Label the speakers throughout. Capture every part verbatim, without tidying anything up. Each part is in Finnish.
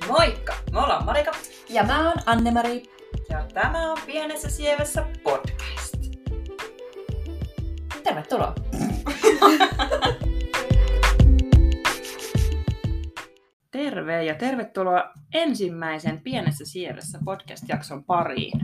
Speaker 1: Moikka! Me ollaan Marika.
Speaker 2: Ja mä oon Anne-Mari.
Speaker 1: Ja tämä on Pienessä sievässä podcast.
Speaker 2: Tervetuloa!
Speaker 1: Terve ja tervetuloa ensimmäisen Pienessä sievässä podcast-jakson pariin.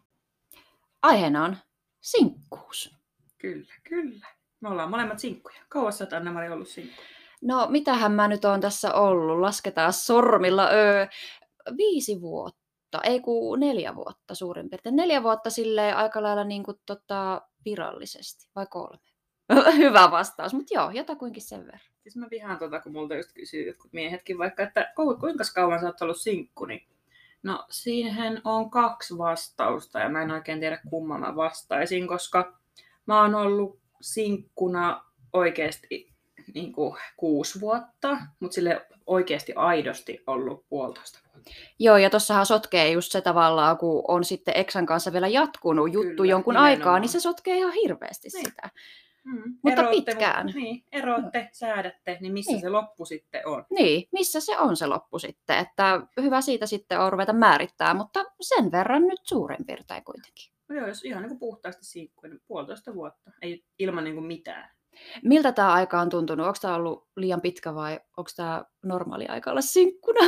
Speaker 2: Aiheena on sinkkuus.
Speaker 1: Kyllä, kyllä. Me ollaan molemmat sinkkuja. Kauas sä oot, Anne-Mari, ollut sinkku?
Speaker 2: No, mitähän mä nyt oon tässä ollut? Lasketaan sormilla. Öö, viisi vuotta, ei kun neljä vuotta suurin piirtein. Neljä vuotta silleen aika lailla niin kuin, tota, virallisesti, vai kolme? Hyvä vastaus, mutta joo, jotakuinkin sen verran.
Speaker 1: Siis mä vihaan tota, kun multa just kysyy jotkut miehetkin vaikka, että kuinka kauan sä oot ollut sinkku, niin no siihen on kaksi vastausta ja mä en oikein tiedä kumman mä vastaisin, koska mä oon ollut sinkkuna oikeasti niin kuin kuusi vuotta, mutta sille oikeasti aidosti ollut puolitoista vuotta.
Speaker 2: Joo, ja tossahan sotkee just se tavallaan, kun on sitten Exan kanssa vielä jatkunut juttu
Speaker 1: Kyllä,
Speaker 2: jonkun
Speaker 1: nimenomaan.
Speaker 2: aikaa, niin se sotkee ihan hirveästi
Speaker 1: Niin.
Speaker 2: sitä.
Speaker 1: Mm.
Speaker 2: Mutta
Speaker 1: Eroatte,
Speaker 2: pitkään.
Speaker 1: Niin, eroatte, no. säädätte, niin missä
Speaker 2: Niin.
Speaker 1: se loppu sitten on?
Speaker 2: Niin, missä se on se loppu sitten, että hyvä siitä sitten on ruveta määrittää, mutta sen verran nyt suurin piirtein kuitenkin.
Speaker 1: No joo, jos ihan niin kuin puhtaasti sinkkuja, niin puolitoista vuotta, ei ilman niin kuin mitään.
Speaker 2: Miltä tämä aika on tuntunut? Onko tämä ollut liian pitkä vai onko tämä normaali aika olla sinkkuna?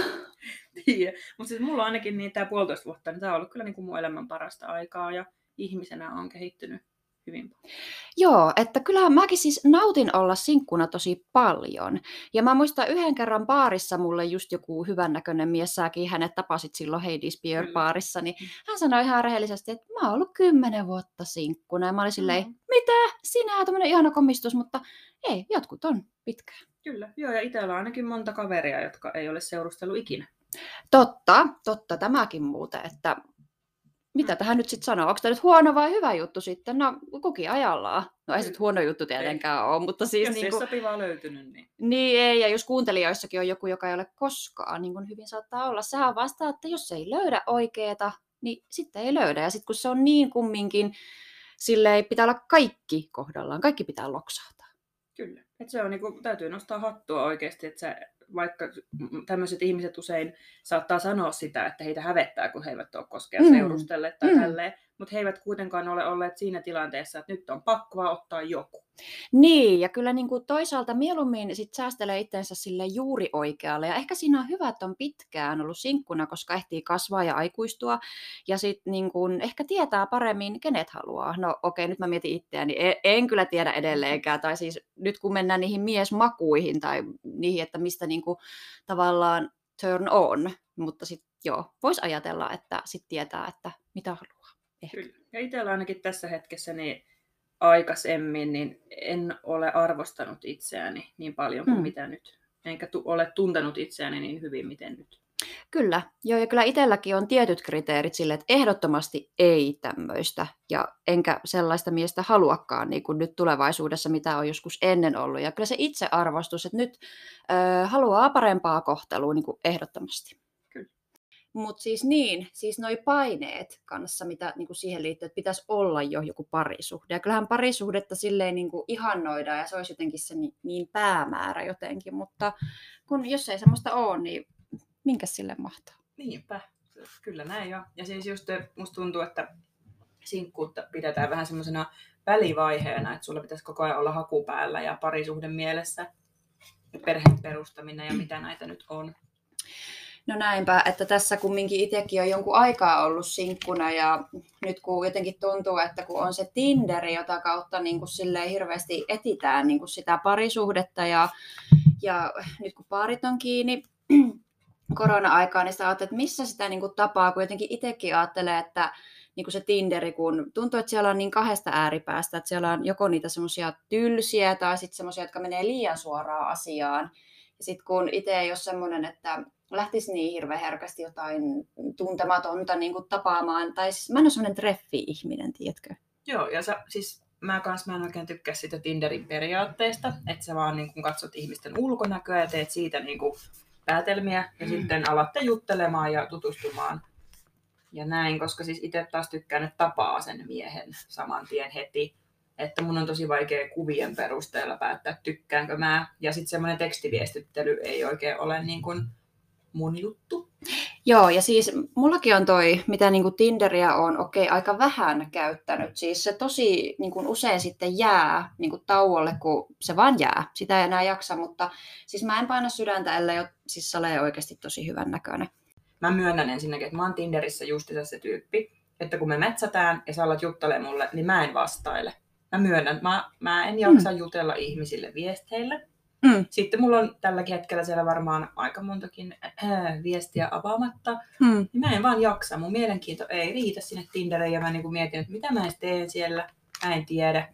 Speaker 1: Tiedä. Mutta siis mulla ainakin niin tämä puolitoista vuotta, niin tämä on ollut kyllä niin kuin mun elämän parasta aikaa ja ihmisenä on kehittynyt hyvin paljon.
Speaker 2: Joo, että kyllähän mäkin siis nautin olla sinkkuna tosi paljon. Ja mä muistan yhden kerran baarissa mulle just joku hyvännäköinen mies, säkin hänet tapasit silloin Hades Beer baarissa, niin hän sanoi ihan rehellisesti, että mä oon ollut kymmenen vuotta sinkkuna. Ja mä olin silleen,
Speaker 1: Mm.
Speaker 2: mitä? Sinä tämmöinen ihana komistus, mutta ei, jotkut on pitkään.
Speaker 1: Kyllä, joo, ja itsellä on ainakin monta kaveria, jotka ei ole seurustellut ikinä.
Speaker 2: Totta, totta tämäkin muuten, että mitä tähän nyt sitten sanoo? Onko tämä nyt huono vai hyvä juttu sitten? No, kukin ajallaan. No ei se nyt huono juttu tietenkään ole, mutta siis...
Speaker 1: Jos
Speaker 2: niin
Speaker 1: ei
Speaker 2: kuin...
Speaker 1: sopivaa löytynyt, niin...
Speaker 2: Niin ei, ja jos kuuntelijoissakin on joku, joka ei ole koskaan, niin kuin hyvin saattaa olla. Sehän vastaa, että jos ei löydä oikeeta, niin sitten ei löydä. Ja sitten kun se on niin kumminkin, silleen pitää olla kaikki kohdallaan, kaikki pitää loksahtaa.
Speaker 1: Kyllä. Et se on, niin kuin, täytyy nostaa hattua oikeasti, että sä, vaikka tämmöiset ihmiset usein saattaa sanoa sitä, että heitä hävettää, kun he eivät ole koskaan
Speaker 2: Mm.
Speaker 1: seurustelleet tai
Speaker 2: Mm.
Speaker 1: tälleen, mutta he eivät kuitenkaan ole olleet siinä tilanteessa, että nyt on pakko vaan ottaa joku.
Speaker 2: Niin, ja kyllä niin kuin toisaalta mieluummin sit säästelee itsensä sille juuri oikealle. Ja ehkä siinä on hyvä, että on pitkään ollut sinkkuna, koska ehtii kasvaa ja aikuistua. Ja sitten niin kuin ehkä tietää paremmin, kenet haluaa. No okei, nyt mä mietin itseäni. En, en kyllä tiedä edelleenkään. Tai siis nyt kun mennään niihin miesmakuihin tai niihin, että mistä niin kuin tavallaan turn on. Mutta sitten joo, voisi ajatella, että sitten tietää, että mitä haluaa. Ehkä.
Speaker 1: Kyllä. Ja itsellä ainakin tässä hetkessä niin aikaisemmin niin en ole arvostanut itseäni niin paljon kuin
Speaker 2: Mm.
Speaker 1: mitä nyt. Enkä tu- ole tuntenut itseäni niin hyvin, miten nyt.
Speaker 2: Kyllä, joo, ja kyllä itselläkin on tietyt kriteerit sille, että ehdottomasti ei tämmöistä, ja enkä sellaista miestä haluakaan niin kuin nyt tulevaisuudessa, mitä on joskus ennen ollut. Ja kyllä se itsearvostus, että nyt ö, haluaa parempaa kohtelua niin kuin ehdottomasti.
Speaker 1: Kyllä.
Speaker 2: Mutta siis niin, siis noi paineet kanssa, mitä niin kuin siihen liittyy, että pitäisi olla jo joku parisuhde. Ja kyllähän parisuhdetta silleen niin kuin ihannoidaan, ja se olisi jotenkin se niin, niin päämäärä jotenkin, mutta kun jos ei semmoista ole, niin minkäs sille mahtaa?
Speaker 1: Niinpä, kyllä näin jo. Ja siis just musta tuntuu, että sinkkuutta pidetään vähän semmoisena välivaiheena, että sulla pitäisi koko ajan olla haku päällä ja parisuhden mielessä ja perheen perustaminen ja mitä näitä nyt on.
Speaker 2: No näinpä, että tässä kumminkin itsekin on jonkun aikaa ollut sinkkuna ja nyt kun jotenkin tuntuu, että kun on se Tinderi, jota kautta niin kuin silleen hirveästi etitään niin kuin sitä parisuhdetta ja, ja nyt kun paarit on kiinni korona-aikaa, niin sä ajattelet, että missä sitä niin kuin tapaa, kun jotenkin itsekin ajattelee, että niin kuin se Tinderi, kun tuntuu, että siellä on niin kahdesta ääripäästä, että siellä on joko niitä semmoisia tylsiä tai sitten semmoisia, jotka menee liian suoraan asiaan. Ja sitten kun itse ei ole semmoinen, että lähtisi niin hirveän herkästi jotain tuntematonta niin kuin tapaamaan, tai siis mä en ole semmoinen treffi-ihminen, tiedätkö?
Speaker 1: Joo, ja sä, siis mä kans mä en oikein tykkää siitä Tinderin periaatteesta, että sä vaan niin kun katsot ihmisten ulkonäköä ja teet siitä niin kun päätelmiä ja mm. sitten alatte juttelemaan ja tutustumaan ja näin, koska siis itse taas tykkään, että tapaa sen miehen saman tien heti. Että mun on tosi vaikea kuvien perusteella päättää, tykkäänkö mä. Ja sitten semmoinen tekstiviestittely ei oikein ole niin kuin mun juttu.
Speaker 2: Joo, ja siis mullakin on toi, mitä niinku Tinderiä on okei, aika vähän käyttänyt. Siis se tosi niinku usein sitten jää niinku tauolle, kun se vaan jää. Sitä ei enää jaksa, mutta siis mä en paina sydäntä, ellei ole siis Sale oikeasti tosi hyvän näköinen.
Speaker 1: Mä myönnän ensinnäkin, että mä oon Tinderissä justiinsa se tyyppi, että kun me metsätään ja sä alat juttelemaan mulle, niin mä en vastaile. Mä myönnän, mä, mä en jaksa mm. jutella ihmisille viesteillä.
Speaker 2: Mm.
Speaker 1: Sitten mulla on tälläkin hetkellä siellä varmaan aika montakin äh, viestiä avaamatta.
Speaker 2: Mm.
Speaker 1: Niin mä en vaan jaksa. Mun mielenkiinto ei riitä sinne Tinderiin ja mä niinku mietin, että mitä mä edes teen siellä. Mä en tiedä.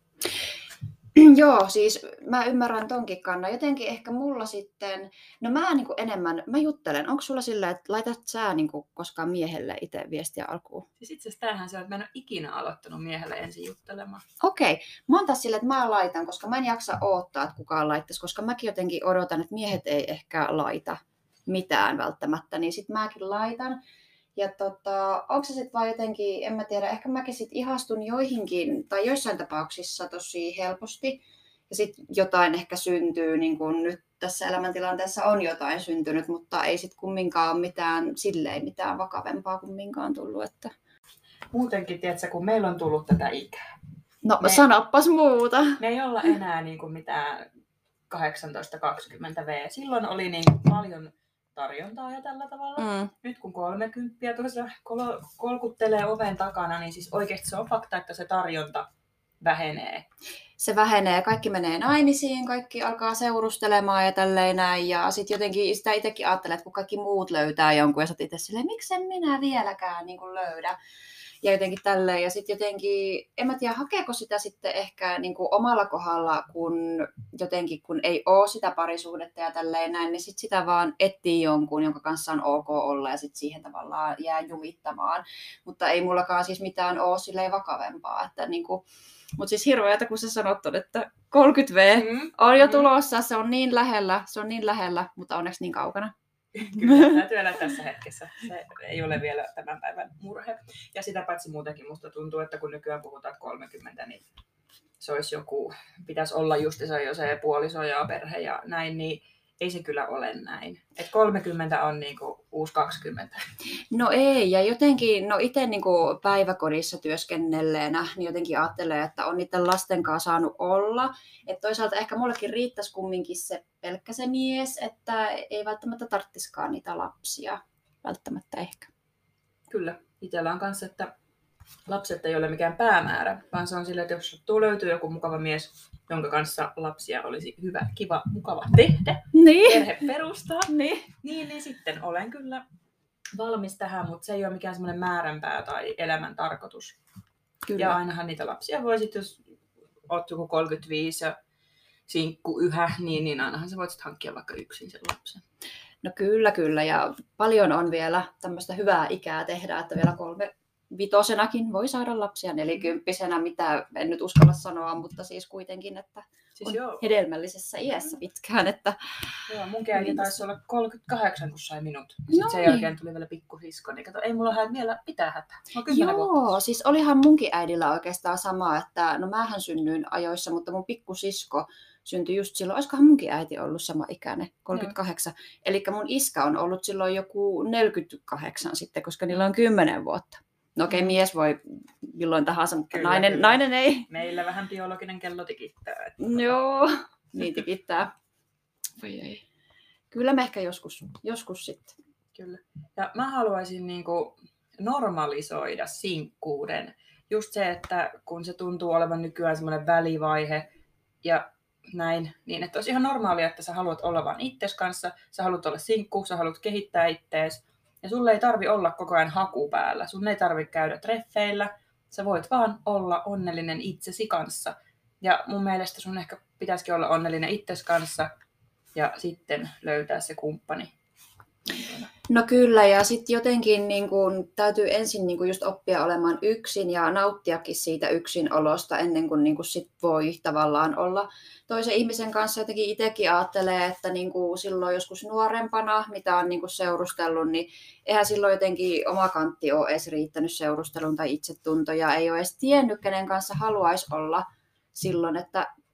Speaker 2: Joo, siis mä ymmärrän tonkin kannan. Jotenkin ehkä mulla sitten, no mä niin enemmän, mä juttelen. Onko sulla silleen, että laitat sä niin koskaan miehelle itse viestiä alkuun?
Speaker 1: Siis itse asiassa tämähän se on, että mä en ole ikinä aloittanut miehelle ensin juttelemaan.
Speaker 2: Okei, okay. Mä oon taas silleen, että mä laitan, koska mä en jaksa odottaa, että kukaan laittaisi, koska mäkin jotenkin odotan, että miehet ei ehkä laita mitään välttämättä, niin sit mäkin laitan. Ja tota, onko se sitten vaan jotenkin, en mä tiedä, ehkä mäkin sit ihastun joihinkin, tai joissain tapauksissa tosi helposti. Ja sitten jotain ehkä syntyy, niin kuin nyt tässä elämäntilanteessa on jotain syntynyt, mutta ei sitten kumminkaan ole mitään, silleen mitään vakavempaa kumminkaan tullut. Että...
Speaker 1: Muutenkin, tiedätkö, kun meillä on tullut tätä ikää.
Speaker 2: No me, sanoppas muuta.
Speaker 1: Me ei olla enää niin kuin mitään kahdeksantoista kaksikymmentä vuotiaita. Silloin oli niin paljon tarjontaa ja tällä tavalla. Mm. Nyt kun kolmekymppiä tuossa kol- kolkuttelee oven takana, niin siis oikeasti se on fakta, että se tarjonta vähenee.
Speaker 2: Se vähenee, kaikki menee naimisiin, kaikki alkaa seurustelemaan ja tälleen näin. Ja sitten jotenkin sitä itsekin ajattelee, että kun kaikki muut löytää jonkun ja sä oot itse silleen, miksi en minä vieläkään niin kuin löydä. Ja jotenkin tälleen. Ja sitten jotenkin, en mä tiedä, hakeeko sitä sitten ehkä niin kuin omalla kohdalla, kun jotenkin kun ei ole sitä parisuhdetta ja tälleen näin, niin sitten sitä vaan etsii jonkun, jonka kanssa on ok olla ja sitten siihen tavallaan jää jumittamaan. Mutta ei mullakaan siis mitään ole silleen vakavempaa, että niin kuin, mutta siis hirveätä, kun sä sanot, että kolmekymmentä vuotias mm, on jo mm. tulossa, se on niin lähellä, se on niin lähellä, mutta onneksi niin kaukana.
Speaker 1: Kyllä, täytyy elää tässä hetkessä. Se ei ole vielä tämän päivän murhe. Ja sitä paitsi muutenkin musta tuntuu, että kun nykyään puhutaan kolmekymmentä, niin se olisi joku, pitäisi olla justiinsa jo se puoliso ja perhe ja näin, niin ei se kyllä ole näin. Et kolmekymmentä on niinku uusi kaksikymmentä.
Speaker 2: No ei, ja jotenkin, no itse niinku päiväkodissa työskennelleenä, niin jotenkin ajattelee, että on niiden lasten kanssa saanut olla. Että toisaalta ehkä mullekin riittäisi kumminkin se pelkkä se mies, että ei välttämättä tarttiskaan niitä lapsia. Välttämättä ehkä.
Speaker 1: Kyllä, itsellä on kanssa, että lapset ei ole mikään päämäärä, vaan se on sillä, että jos löytyy joku mukava mies, jonka kanssa lapsia olisi hyvä, kiva, mukava tehdä,
Speaker 2: niin.
Speaker 1: perhe perustaa,
Speaker 2: niin.
Speaker 1: Niin, niin sitten olen kyllä valmis tähän, mutta se ei ole mikään semmoinen määränpää tai elämän tarkoitus. Kyllä. Ja ainahan niitä lapsia voi sitten, jos olet joku kolmekymmentäviisi ja sinkku yhä, niin, niin ainahan sä voit sitten hankkia vaikka yksin sen lapsen.
Speaker 2: No kyllä, kyllä. Ja paljon on vielä tämmöistä hyvää ikää tehdä, että vielä kolme vitosenakin voi saada lapsia, nelikymppisenä, mitä en nyt uskalla sanoa, mutta siis kuitenkin, että siis on joo. hedelmällisessä iässä pitkään. Että...
Speaker 1: Joo, mun äiti taisi olla kolmekymmentäkahdeksan, kun sai minut. Sitten no sen niin. jälkeen tuli vielä pikkusisko, niin kato, ei mulla hän vielä mitään hätää.
Speaker 2: Joo,
Speaker 1: vuotta.
Speaker 2: Siis olihan munkin äidillä oikeastaan sama, että no mähän synnyin ajoissa, mutta mun pikkusisko syntyi just silloin, olisikohan munkin äiti ollut sama ikäinen, kolmekymmentäkahdeksan. Eli mun iskä on ollut silloin joku neljäkymmentäkahdeksan sitten, koska niillä on kymmenen vuotta. No okei, okay, mies voi milloin tahansa, mutta kyllä, nainen, kyllä. nainen ei.
Speaker 1: Meillä vähän biologinen kello tikittää. Että...
Speaker 2: Joo, niin tikittää. Voi ei. Kyllä me ehkä joskus, joskus sitten.
Speaker 1: Kyllä. Ja mä haluaisin niinku normalisoida sinkkuuden. Just se, että kun se tuntuu olevan nykyään semmoinen välivaihe ja näin, niin että olisi ihan normaalia, että sä haluat olla vaan itses kanssa, sä haluat olla sinkku, sä haluat kehittää ittees. Ja sulle ei tarvi olla koko ajan haku päällä. Sun ei tarvi käydä treffeillä. Sä voit vaan olla onnellinen itsesi kanssa. Ja mun mielestä sun ehkä pitäisikin olla onnellinen itsesi kanssa ja sitten löytää se kumppani.
Speaker 2: No kyllä, ja sitten jotenkin niin kun, täytyy ensin niin kun just oppia olemaan yksin ja nauttiakin siitä yksinolosta ennen kuin, niin kun sit voi tavallaan olla toisen ihmisen kanssa. Jotenkin itsekin ajattelee, että niin kun silloin joskus nuorempana, mitä on niin kun seurustellut, niin eihän silloin jotenkin oma kantti ole edes riittänyt seurustelun tai itsetunto, ja ei ole edes tiennyt, kenen kanssa haluaisi olla silloin, että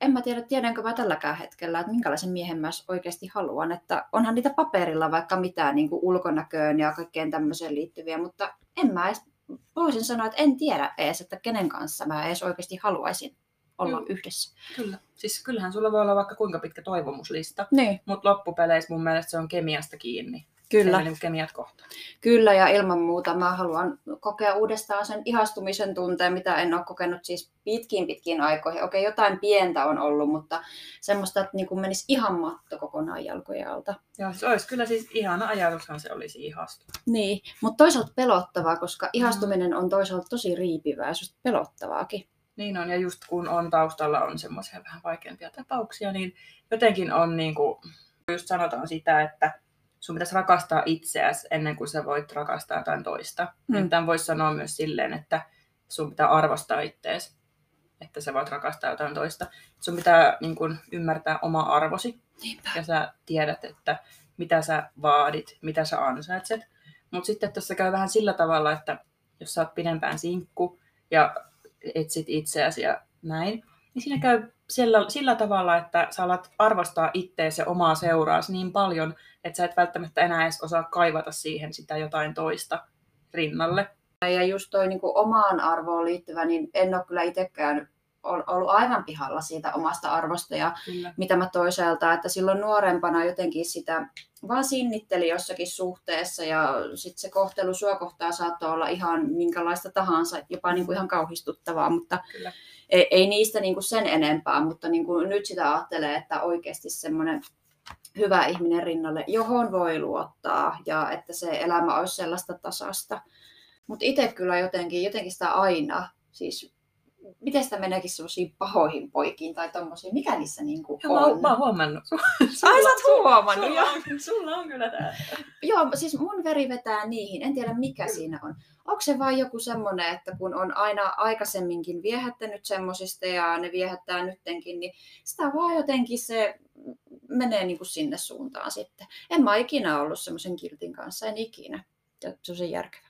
Speaker 2: en mä tiedä, tiedänkö mä tälläkään hetkellä, että minkälaisen miehen mä oikeasti haluan. Että onhan niitä paperilla vaikka mitään niin kuin ulkonäköön ja kaikkeen tämmöiseen liittyviä, mutta en mä edes, voisin sanoa, että en tiedä edes, että kenen kanssa mä edes oikeasti haluaisin olla
Speaker 1: Joo.
Speaker 2: yhdessä.
Speaker 1: Kyllä. Siis kyllähän sulla voi olla vaikka kuinka pitkä toivomuslista,
Speaker 2: Niin.
Speaker 1: mutta loppupeleissä mun mielestä se on kemiasta kiinni.
Speaker 2: Kyllä.
Speaker 1: Niin kemiat kohtaan.
Speaker 2: Kyllä, ja ilman muuta mä haluan kokea uudestaan sen ihastumisen tunteen, mitä en ole kokenut siis pitkiin pitkiin aikoihin. Okei, jotain pientä on ollut, mutta semmoista, että niin kuin menisi ihan matto kokonaan jalkojen alta.
Speaker 1: Joo, se olisi kyllä siis ihana ajatushan se olisi ihastua.
Speaker 2: Niin, mutta toisaalta pelottavaa, koska ihastuminen on toisaalta tosi riipivää ja pelottavaakin.
Speaker 1: Niin on, ja just kun on taustalla on semmoisia vähän vaikeampia tapauksia, niin jotenkin on niin kuin, just sanotaan sitä, että sun pitäisi rakastaa itseäsi ennen kuin sä voit rakastaa jotain toista. Mm. Tämän voisi sanoa myös silleen, että sun pitää arvostaa itseäsi, että sä voit rakastaa jotain toista. Sun pitää niin kuin, ymmärtää oma arvosi.
Speaker 2: Niinpä.
Speaker 1: Ja sä tiedät, että mitä sä vaadit, mitä sä ansaitset. Mutta sitten tässä käy vähän sillä tavalla, että jos sä oot pidempään sinkku ja etsit itseäsi ja näin, niin siinä käy sillä, sillä tavalla, että sä alat arvostaa itseäsi ja omaa seuraasi niin paljon, että sä et välttämättä enää edes osaa kaivata siihen sitä jotain toista rinnalle.
Speaker 2: Ja just toi niin kuin omaan arvoon liittyvä, niin en ole kyllä itsekään ollut aivan pihalla siitä omasta arvosta ja kyllä. Mitä mä toisaalta, että silloin nuorempana jotenkin sitä vaan sinnitteli jossakin suhteessa ja sitten se kohtelu sua kohtaan saattoi olla ihan minkälaista tahansa, jopa niin kuin ihan kauhistuttavaa, mutta ei, ei niistä niin kuin sen enempää, mutta niin kuin nyt sitä ajattelee, että oikeasti semmoinen hyvä ihminen rinnalle, johon voi luottaa ja että se elämä olisi sellaista tasasta. Mutta itse kyllä jotenkin, jotenkin sitä aina, siis miten sitä meneekin sellaisiin pahoihin poikiin tai tommosiin, mikä niissä niinku on?
Speaker 1: Mä, mä oon huomannut.
Speaker 2: Ai sä oot huomannut,
Speaker 1: sulla, on, sulla on kyllä tää.
Speaker 2: Joo, siis mun veri vetää niihin, en tiedä mikä siinä on. Onko se vaan joku semmoinen, että kun on aina aikaisemminkin viehättänyt semmosista ja ne viehättää nyttenkin, niin sitä vaan jotenkin se menee niinku sinne suuntaan sitten. En mä ikinä ollut semmoisen kiltin kanssa, en ikinä. Se on se järkevä.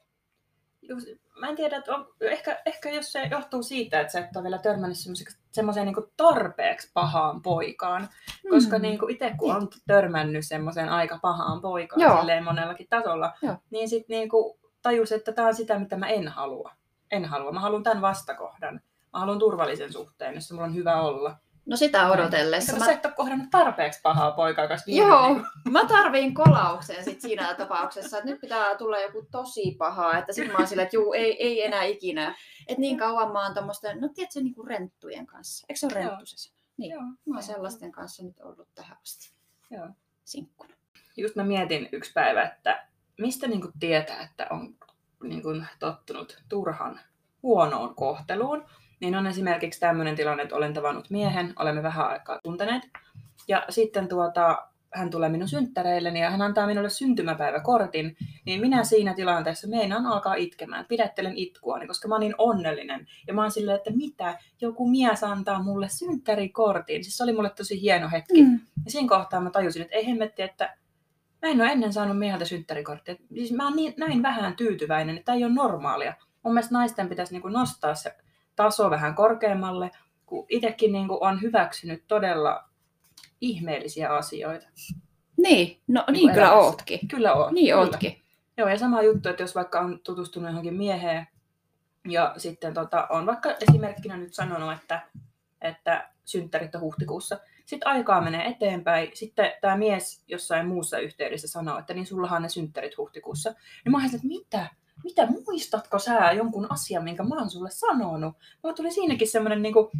Speaker 1: Mä en tiedä, että on, ehkä, ehkä jos se johtuu siitä, että sä et ole vielä törmännyt semmoiseen niin tarpeeksi pahaan poikaan. Mm. Koska niin itse kun on törmännyt semmoiseen aika pahaan poikaan silleen monellakin tasolla, Joo. niin sitten niin tajus, että tämä on sitä, mitä mä en halua. En halua. Mä haluan tämän vastakohdan. Mä haluan turvallisen suhteen, jossa mulla on hyvä olla.
Speaker 2: No sitä odotellessa.
Speaker 1: Mä... Sä et ole kohdannut tarpeeksi pahaa poikaa kanssa.
Speaker 2: Joo, niin... mä tarviin kolauksen sit siinä tapauksessa, että nyt pitää tulla joku tosi paha, että sit mä oon sillä, että juu, ei, ei enää ikinä. Että niin kauan mä oon tommosten, no tiedätkö, niinku renttujen kanssa. Eikö se ole renttu se sana? Niin, Joo. Mä oon sellaisten kanssa nyt ollut tähän asti.
Speaker 1: Joo.
Speaker 2: Sinkkuna.
Speaker 1: Just mä mietin yksi päivä, että mistä niinku tietää, että on niinku tottunut turhan huonoon kohteluun. Niin on esimerkiksi tämmöinen tilanne, että olen tavannut miehen, olemme vähän aikaa tunteneet. Ja sitten tuota, hän tulee minun synttäreilleni ja hän antaa minulle syntymäpäiväkortin. Niin minä siinä tilanteessa meinaan alkaa itkemään, pidättelen itkuani, koska mä oon niin onnellinen. Ja mä oon silleen, että mitä, joku mies antaa mulle synttärikortin. Siis se oli mulle tosi hieno hetki. Mm. Ja siinä kohtaa mä tajusin, että ei hemmetti, että mä en ole ennen saanut mieheltä synttärikorttia. Siis mä oon niin, näin vähän tyytyväinen, että tämä ei ole normaalia. Mun mielestä naisten pitäisi niinku nostaa se taso vähän korkeammalle, kun itsekin niin kuin on hyväksynyt todella ihmeellisiä asioita.
Speaker 2: Niin, no niin, niin kyllä ootkin.
Speaker 1: Kyllä oot.
Speaker 2: Niin
Speaker 1: kyllä.
Speaker 2: ootkin.
Speaker 1: Joo, ja sama juttu, että jos vaikka on tutustunut johonkin mieheen ja sitten tota, on vaikka esimerkkinä nyt sanonut, että, että synttärit on huhtikuussa. Sitten aikaa menee eteenpäin. Sitten tämä mies jossain muussa yhteydessä sanoo, että niin sullahan on ne synttärit huhtikuussa. Niin mä ajattelin, että mitä? Mitä, muistatko sä jonkun asian, minkä mä oon sulle sanonut? Mulla tuli siinäkin semmoinen niinku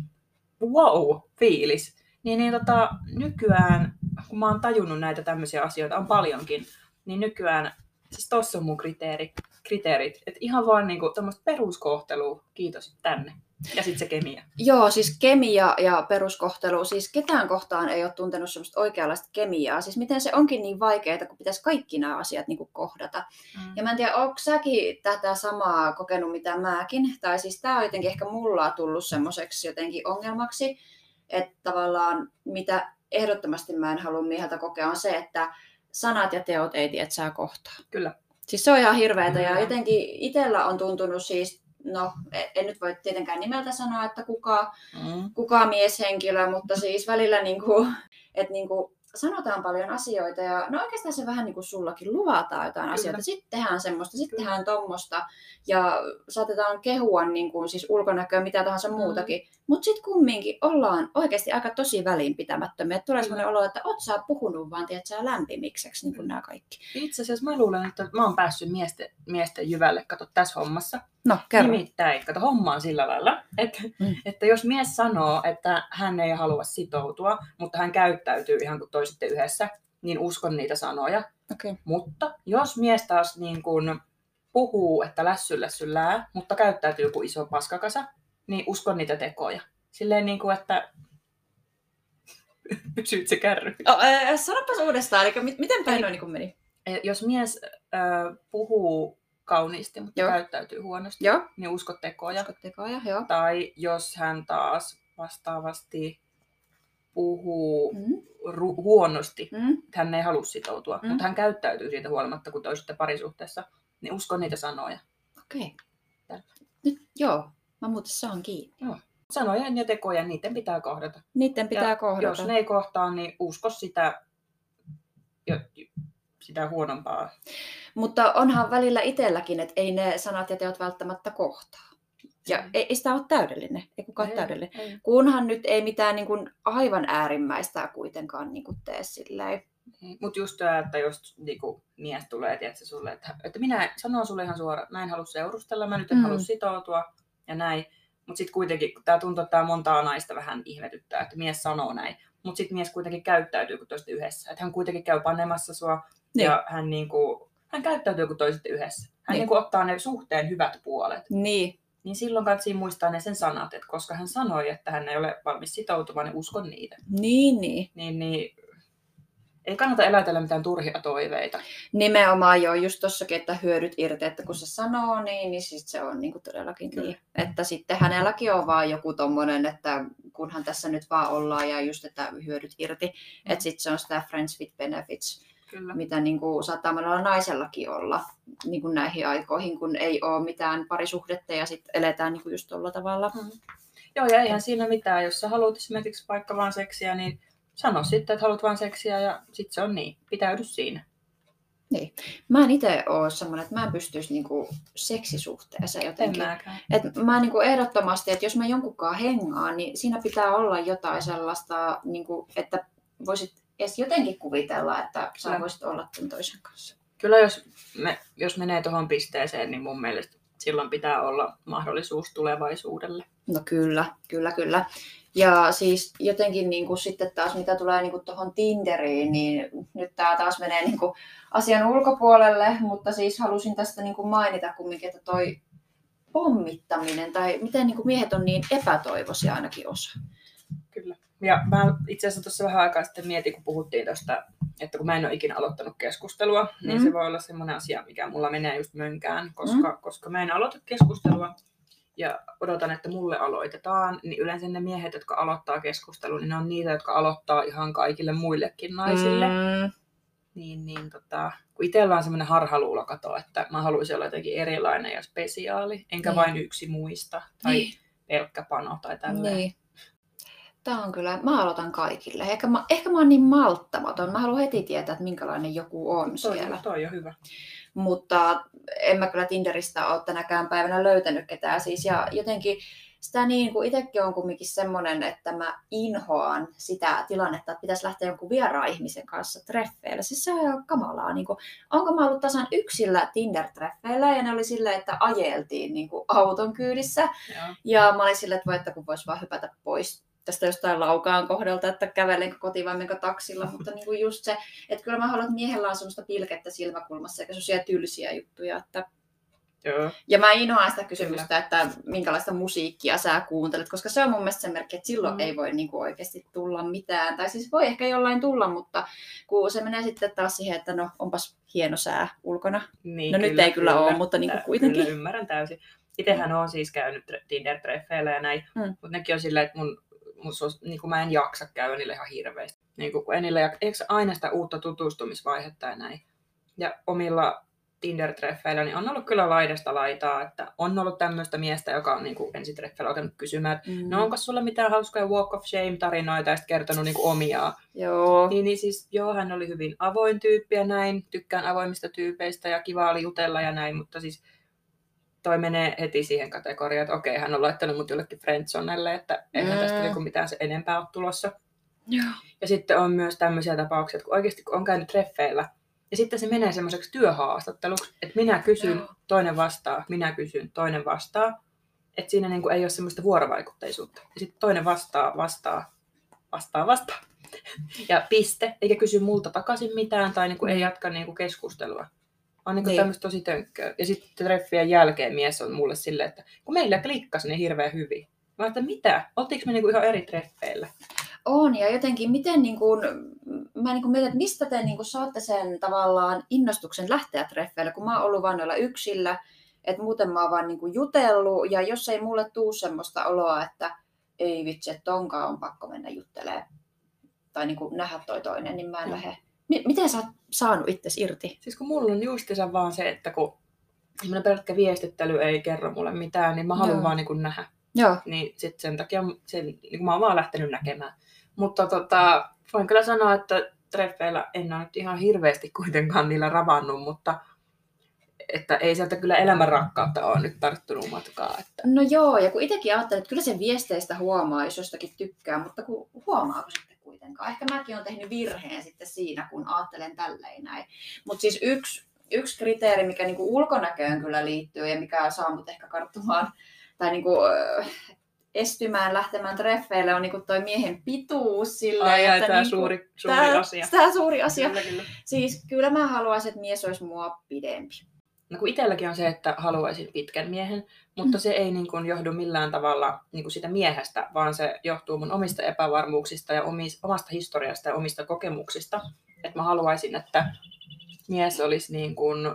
Speaker 1: wow-fiilis. Niin, niin tota, nykyään, kun mä oon tajunnut näitä tämmöisiä asioita, on paljonkin, niin nykyään, siis tossa on mun kriteeri, kriteerit. Että ihan vaan niinku tämmöistä peruskohtelua, kiitos, tänne. Ja sitten se kemia.
Speaker 2: Joo, siis kemia ja peruskohtelu. Siis ketään kohtaan ei ole tuntenut semmoista oikeanlaista kemiaa. Siis miten se onkin niin vaikeaa, kun pitäisi kaikki nämä asiat niin kuin kohdata. Mm. Ja mä en tiedä, onko säkin tätä samaa kokenut mitä mäkin. Tai siis tää on jotenkin ehkä mulla tullut semmoiseksi jotenkin ongelmaksi. Että tavallaan mitä ehdottomasti mä en halua mieheltä kokea on se, että sanat ja teot ei tiedä, että sä kohtaa.
Speaker 1: Kyllä.
Speaker 2: Siis se on ihan hirveetä. Mm. Ja jotenkin itsellä on tuntunut siis no en nyt voi tietenkään nimeltä sanoa, että kuka,
Speaker 1: Mm.
Speaker 2: kuka mieshenkilö, mutta siis välillä niin kuin, että niin kuin sanotaan paljon asioita ja no oikeastaan se vähän niin kuin sullakin luvataan jotain
Speaker 1: Kyllä.
Speaker 2: asioita. Sitten tehdään semmoista, sitten
Speaker 1: Kyllä.
Speaker 2: tehdään tommosta ja saatetaan kehua niin kuin siis ulkonäköä, mitä tahansa muutakin. Mutta sitten kumminkin ollaan oikeasti aika tosi välinpitämättömiä. Että tulee sellainen olo, että oot sä puhunut vaan tiedät sä lämpimikseksi niin kuin nämä kaikki.
Speaker 1: Itse asiassa mä luulen, että mä oon päässyt miesten, miesten jyvälle, kato tässä hommassa.
Speaker 2: No, kerro.
Speaker 1: Nimittäin, kato homma on sillä lailla, että,
Speaker 2: Mm.
Speaker 1: että jos mies sanoo, että hän ei halua sitoutua, mutta hän käyttäytyy ihan kuin toisitte yhdessä, niin uskon niitä sanoja.
Speaker 2: Okay.
Speaker 1: Mutta jos mies taas niin kun puhuu, että lässy lässyllää, mutta käyttäytyy kuin iso paskakasa, niin uskon niitä tekoja. Silleen niin kuin, että pysyt se kärry.
Speaker 2: Oh, äh, sanopas uudestaan, eli mit, miten päin noin niin meni?
Speaker 1: Jos mies äh, puhuu kauniisti, mutta
Speaker 2: Joo.
Speaker 1: käyttäytyy huonosti,
Speaker 2: Joo.
Speaker 1: niin usko tekoja.
Speaker 2: Usko tekoja, joo.
Speaker 1: Tai jos hän taas vastaavasti puhuu
Speaker 2: Mm.
Speaker 1: ru- huonosti,
Speaker 2: Mm.
Speaker 1: että hän ei halua sitoutua,
Speaker 2: Mm.
Speaker 1: mutta hän käyttäytyy siitä huolimatta, kun te olisitte parisuhteessa, niin usko niitä sanoja.
Speaker 2: Okei.
Speaker 1: Tällä.
Speaker 2: Nyt joo, mä muuten saan kiinni.
Speaker 1: Sanojen ja tekojen, niiden pitää kohdata.
Speaker 2: Niiden pitää
Speaker 1: Ja
Speaker 2: kohdata.
Speaker 1: jos ne ei kohtaa, niin usko sitä, jo- sitä huonompaa.
Speaker 2: Mutta onhan välillä itselläkin, että ei ne sanat ja teot välttämättä kohtaa. Ja ei, ei sitä ole täydellinen, ei kukaan
Speaker 1: Ei,
Speaker 2: täydellinen.
Speaker 1: ei.
Speaker 2: Kunhan nyt ei mitään niin kuin aivan äärimmäistä kuitenkaan niin kuin tee silleen.
Speaker 1: Mutta just tämä, että jos niinku, mies tulee tiedätkö, sulle, että, että minä sanon sulle ihan suoraan, että mä en halua seurustella, mä nyt en
Speaker 2: Mm.
Speaker 1: halua sitoutua ja näin. Mutta sitten kuitenkin, kun tämä tuntuu, että tämä montaa naista vähän ihmetyttää, että mies sanoo näin. Mutta sitten mies kuitenkin käyttäytyy, kun toiset yhdessä. Että hän kuitenkin käy panemassa sua
Speaker 2: Niin.
Speaker 1: ja hän, niinku, hän käyttäytyy, kun toiset yhdessä. Hän
Speaker 2: Niin.
Speaker 1: niinku, ottaa ne suhteen hyvät puolet.
Speaker 2: Niin,
Speaker 1: Niin silloin kannattaa muistaa ne sen sanat, että koska hän sanoi, että hän ei ole valmis sitoutumaan, niin uskon niitä.
Speaker 2: niin, niin.
Speaker 1: Niin, niin ei kannata elätellä mitään turhia toiveita.
Speaker 2: Nimenomaan joo, just tossakin, että hyödyt irti, että kun se sanoo niin, niin sit se on niinku todellakin
Speaker 1: Kyllä.
Speaker 2: niin. Että sitten hänelläkin on vaan joku tommonen, että kunhan tässä nyt vaan ollaan ja just, että hyödyt irti. Mm. Että sitten se on sitä friends with benefits,
Speaker 1: Kyllä.
Speaker 2: mitä niinku saattaa monella naisellakin olla niinku näihin aikoihin, kun ei ole mitään parisuhdetta ja sitten eletään niinku just tolla tavalla.
Speaker 1: Mm. Joo, ja eihän siinä mitään. Jos sä haluat esimerkiksi vaikka vaan seksiä, niin sano sitten, että haluat vaan seksiä ja sitten se on niin. Pitäydy siinä.
Speaker 2: Niin. Mä en itse ole semmoinen, että mä en pystyisi niinku seksisuhteeseen jotenkin.
Speaker 1: En mäkään.
Speaker 2: Et mä niinku ehdottomasti, että jos mä jonkunkaan hengaan, niin siinä pitää olla jotain sellaista, niinku, että voisit edes jotenkin kuvitella, että sä
Speaker 1: Kyllä.
Speaker 2: voisit olla tämän toisen kanssa.
Speaker 1: Kyllä jos, me, jos menee tuohon pisteeseen, niin mun mielestä silloin pitää olla mahdollisuus tulevaisuudelle.
Speaker 2: No kyllä, kyllä, kyllä. Ja siis jotenkin niin kuin sitten taas mitä tulee niin kuin tuohon Tinderiin, niin nyt tämä taas menee niin kuin asian ulkopuolelle, mutta siis halusin tästä niin kuin mainita kumminkin, että toi pommittaminen tai miten niin kuin miehet on niin epätoivoisia ainakin osa.
Speaker 1: Kyllä. Ja mä itse asiassa tuossa vähän aikaa sitten mietin, kun puhuttiin tuosta, että kun mä en ole ikinä aloittanut keskustelua, niin
Speaker 2: Mm.
Speaker 1: se voi olla semmoinen asia, mikä mulla menee just mönkään, koska, mm. koska mä en aloita keskustelua ja odotan, että mulle aloitetaan, niin yleensä ne miehet, jotka aloittaa keskustelun, niin ne on niitä, jotka aloittaa ihan kaikille muillekin naisille.
Speaker 2: Mm.
Speaker 1: Niin, niin tota, kun itsellä on semmoinen harhaluulo kato, että mä haluaisin olla jotenkin erilainen ja spesiaali, enkä
Speaker 2: Niin.
Speaker 1: vain yksi muista tai
Speaker 2: Niin.
Speaker 1: pelkkä pano tai tälleen.
Speaker 2: Niin. Tämä on kyllä, mä aloitan kaikille. Ehkä mä, ehkä mä oon niin malttamaton. Mä haluan heti tietää, että minkälainen joku on
Speaker 1: Toi,
Speaker 2: siellä.
Speaker 1: toi on hyvä.
Speaker 2: Mutta en mä kyllä Tinderistä ole tänäkään päivänä löytänyt ketään. Siis, ja jotenkin sitä niin kuin itsekin on kumminkin semmoinen, että mä inhoan sitä tilannetta, että pitäisi lähteä jonkun vieraan ihmisen kanssa treffeille. Siis se on ihan kamalaa. Niin kuin, onko mä ollut tasan yksillä Tinder-treffeillä ja ne oli silleen, että ajeltiin niin kuin auton kyydissä.
Speaker 1: Joo.
Speaker 2: Ja mä olin silleen, että voi, että kun vois vaan hypätä pois tästä jostain Laukaan kohdalta, että kävelenkö kotiin vai menkö taksilla, mutta niin kuin just se, että kyllä mä haluan, että miehellä on semmoista pilkettä silmäkulmassa eikä semmoisia tylsiä juttuja. Että...
Speaker 1: Joo.
Speaker 2: Ja mä inhoan sitä kysymystä, että minkälaista musiikkia sä kuuntelet, koska se on mun mielestä se merkki, että silloin
Speaker 1: Mm.
Speaker 2: ei voi niin kuin oikeasti tulla mitään. Tai siis voi ehkä jollain tulla, mutta kun se menee sitten taas siihen, että no onpas hieno sää ulkona.
Speaker 1: Niin,
Speaker 2: No nyt ei kyllä ole, mutta niin kuin
Speaker 1: Tä-
Speaker 2: kuitenkin.
Speaker 1: Kyllä ymmärrän täysin. Itsehän on siis käynyt tre- Tinder-treffeillä ja näin,
Speaker 2: Mm.
Speaker 1: mutta nekin on silleen, että mun, mun se on, niin kuin mä en jaksa käydä niille ihan hirveästi. Niin kuin, kun en niille jak- eikö aina sitä uutta tutustumisvaihetta ja näin. Ja omilla Tinder-treffeillä, niin on ollut kyllä laidasta laitaa, että on ollut tämmöistä miestä, joka on niin kuin ensitreffeillä alkanut kysymään, että mm. no onko sulla mitään hauskoja walk of shame-tarinoita ja sitten kertonut niin kuin omiaan.
Speaker 2: Joo.
Speaker 1: Niin, niin siis joo, hän oli hyvin avoin tyyppi ja näin, tykkään avoimista tyypeistä ja kiva oli jutella ja näin, mutta siis toi menee heti siihen kategoriaan, että okei, hän on laittanut mut jollekin friendzonelle, että eihän mm. tästä niinku mitään se enempää ole tulossa.
Speaker 2: Joo.
Speaker 1: Ja sitten on myös tämmöisiä tapauksia, että kun oikeasti kun on käynyt treffeillä, ja sitten se menee semmoiseksi työhaastatteluksi, että minä kysyn, Joo. toinen vastaa, minä kysyn, toinen vastaa. Että siinä niinku ei ole semmoista vuorovaikutteisuutta. Ja sitten toinen vastaa, vastaa, vastaa, vastaa. Ja piste, eikä kysy multa takaisin mitään tai niinku ei jatka niinku keskustelua. On niinku niin. tämmöistä tosi tönkköä. Ja sitten treffien jälkeen mies on mulle silleen, että kun meillä klikkasi niin hirveän hyvin. Mä ajattelin, mitä? Oltiinko me niinku ihan eri treffeillä?
Speaker 2: On, ja jotenkin miten, niin kuin, mä niin kuin mietin, että mistä te niin kuin saatte sen tavallaan innostuksen lähteä treffeille, kun mä oon ollut vain noilla yksillä, että muuten mä oon vaan niin kuin jutellut, ja jos ei mulle tuu semmoista oloa, että ei vitsi, että tonkaan on pakko mennä juttelemaan, tai niin kuin nähdä toi toinen, niin mä en lähde. M- miten sä oot saanut itsesi irti?
Speaker 1: Siis kun mulla on justiinsa vaan se, että kun pelkkä viestittely ei kerro mulle mitään, niin mä haluan Joo. vaan niin kuin nähdä.
Speaker 2: Joo.
Speaker 1: Niin sit sen takia sen, niin mä oon vaan lähtenyt näkemään. Mutta tota, voin kyllä sanoa, että treffeillä en ole nyt ihan hirveästi kuitenkaan niillä ravannut, mutta että ei sieltä kyllä elämän rakkautta ole nyt tarttunut matkaa. Että...
Speaker 2: No joo, ja kun itsekin ajattelen, että kyllä sen viesteistä huomaa, jos jostakin tykkää, mutta kun huomaako sitten kuitenkaan. Ehkä mäkin olen tehnyt virheen sitten siinä, kun ajattelen tälleen näin. Mutta siis yksi, yksi kriteeri, mikä niinku ulkonäköön kyllä liittyy ja mikä saa mut ehkä karttumaan tai niinku, estymään, lähtemään treffeille, on niinku toi miehen pituus. Silleen,
Speaker 1: Ai, ai,
Speaker 2: että
Speaker 1: tämä
Speaker 2: niinku,
Speaker 1: suuri, suuri
Speaker 2: tää,
Speaker 1: asia.
Speaker 2: Tämä suuri asia.
Speaker 1: Kyllä, kyllä.
Speaker 2: Siis kyllä mä haluaisin, että mies olisi mua pidempi.
Speaker 1: No kun itselläkin on se, että haluaisin pitkän miehen, mutta mm. se ei niin kuin johdu millään tavalla niin kuin sitä miehestä, vaan se johtuu mun omista epävarmuuksista ja omasta historiasta ja omista kokemuksista. Että mä haluaisin, että mies olisi, niin kuin,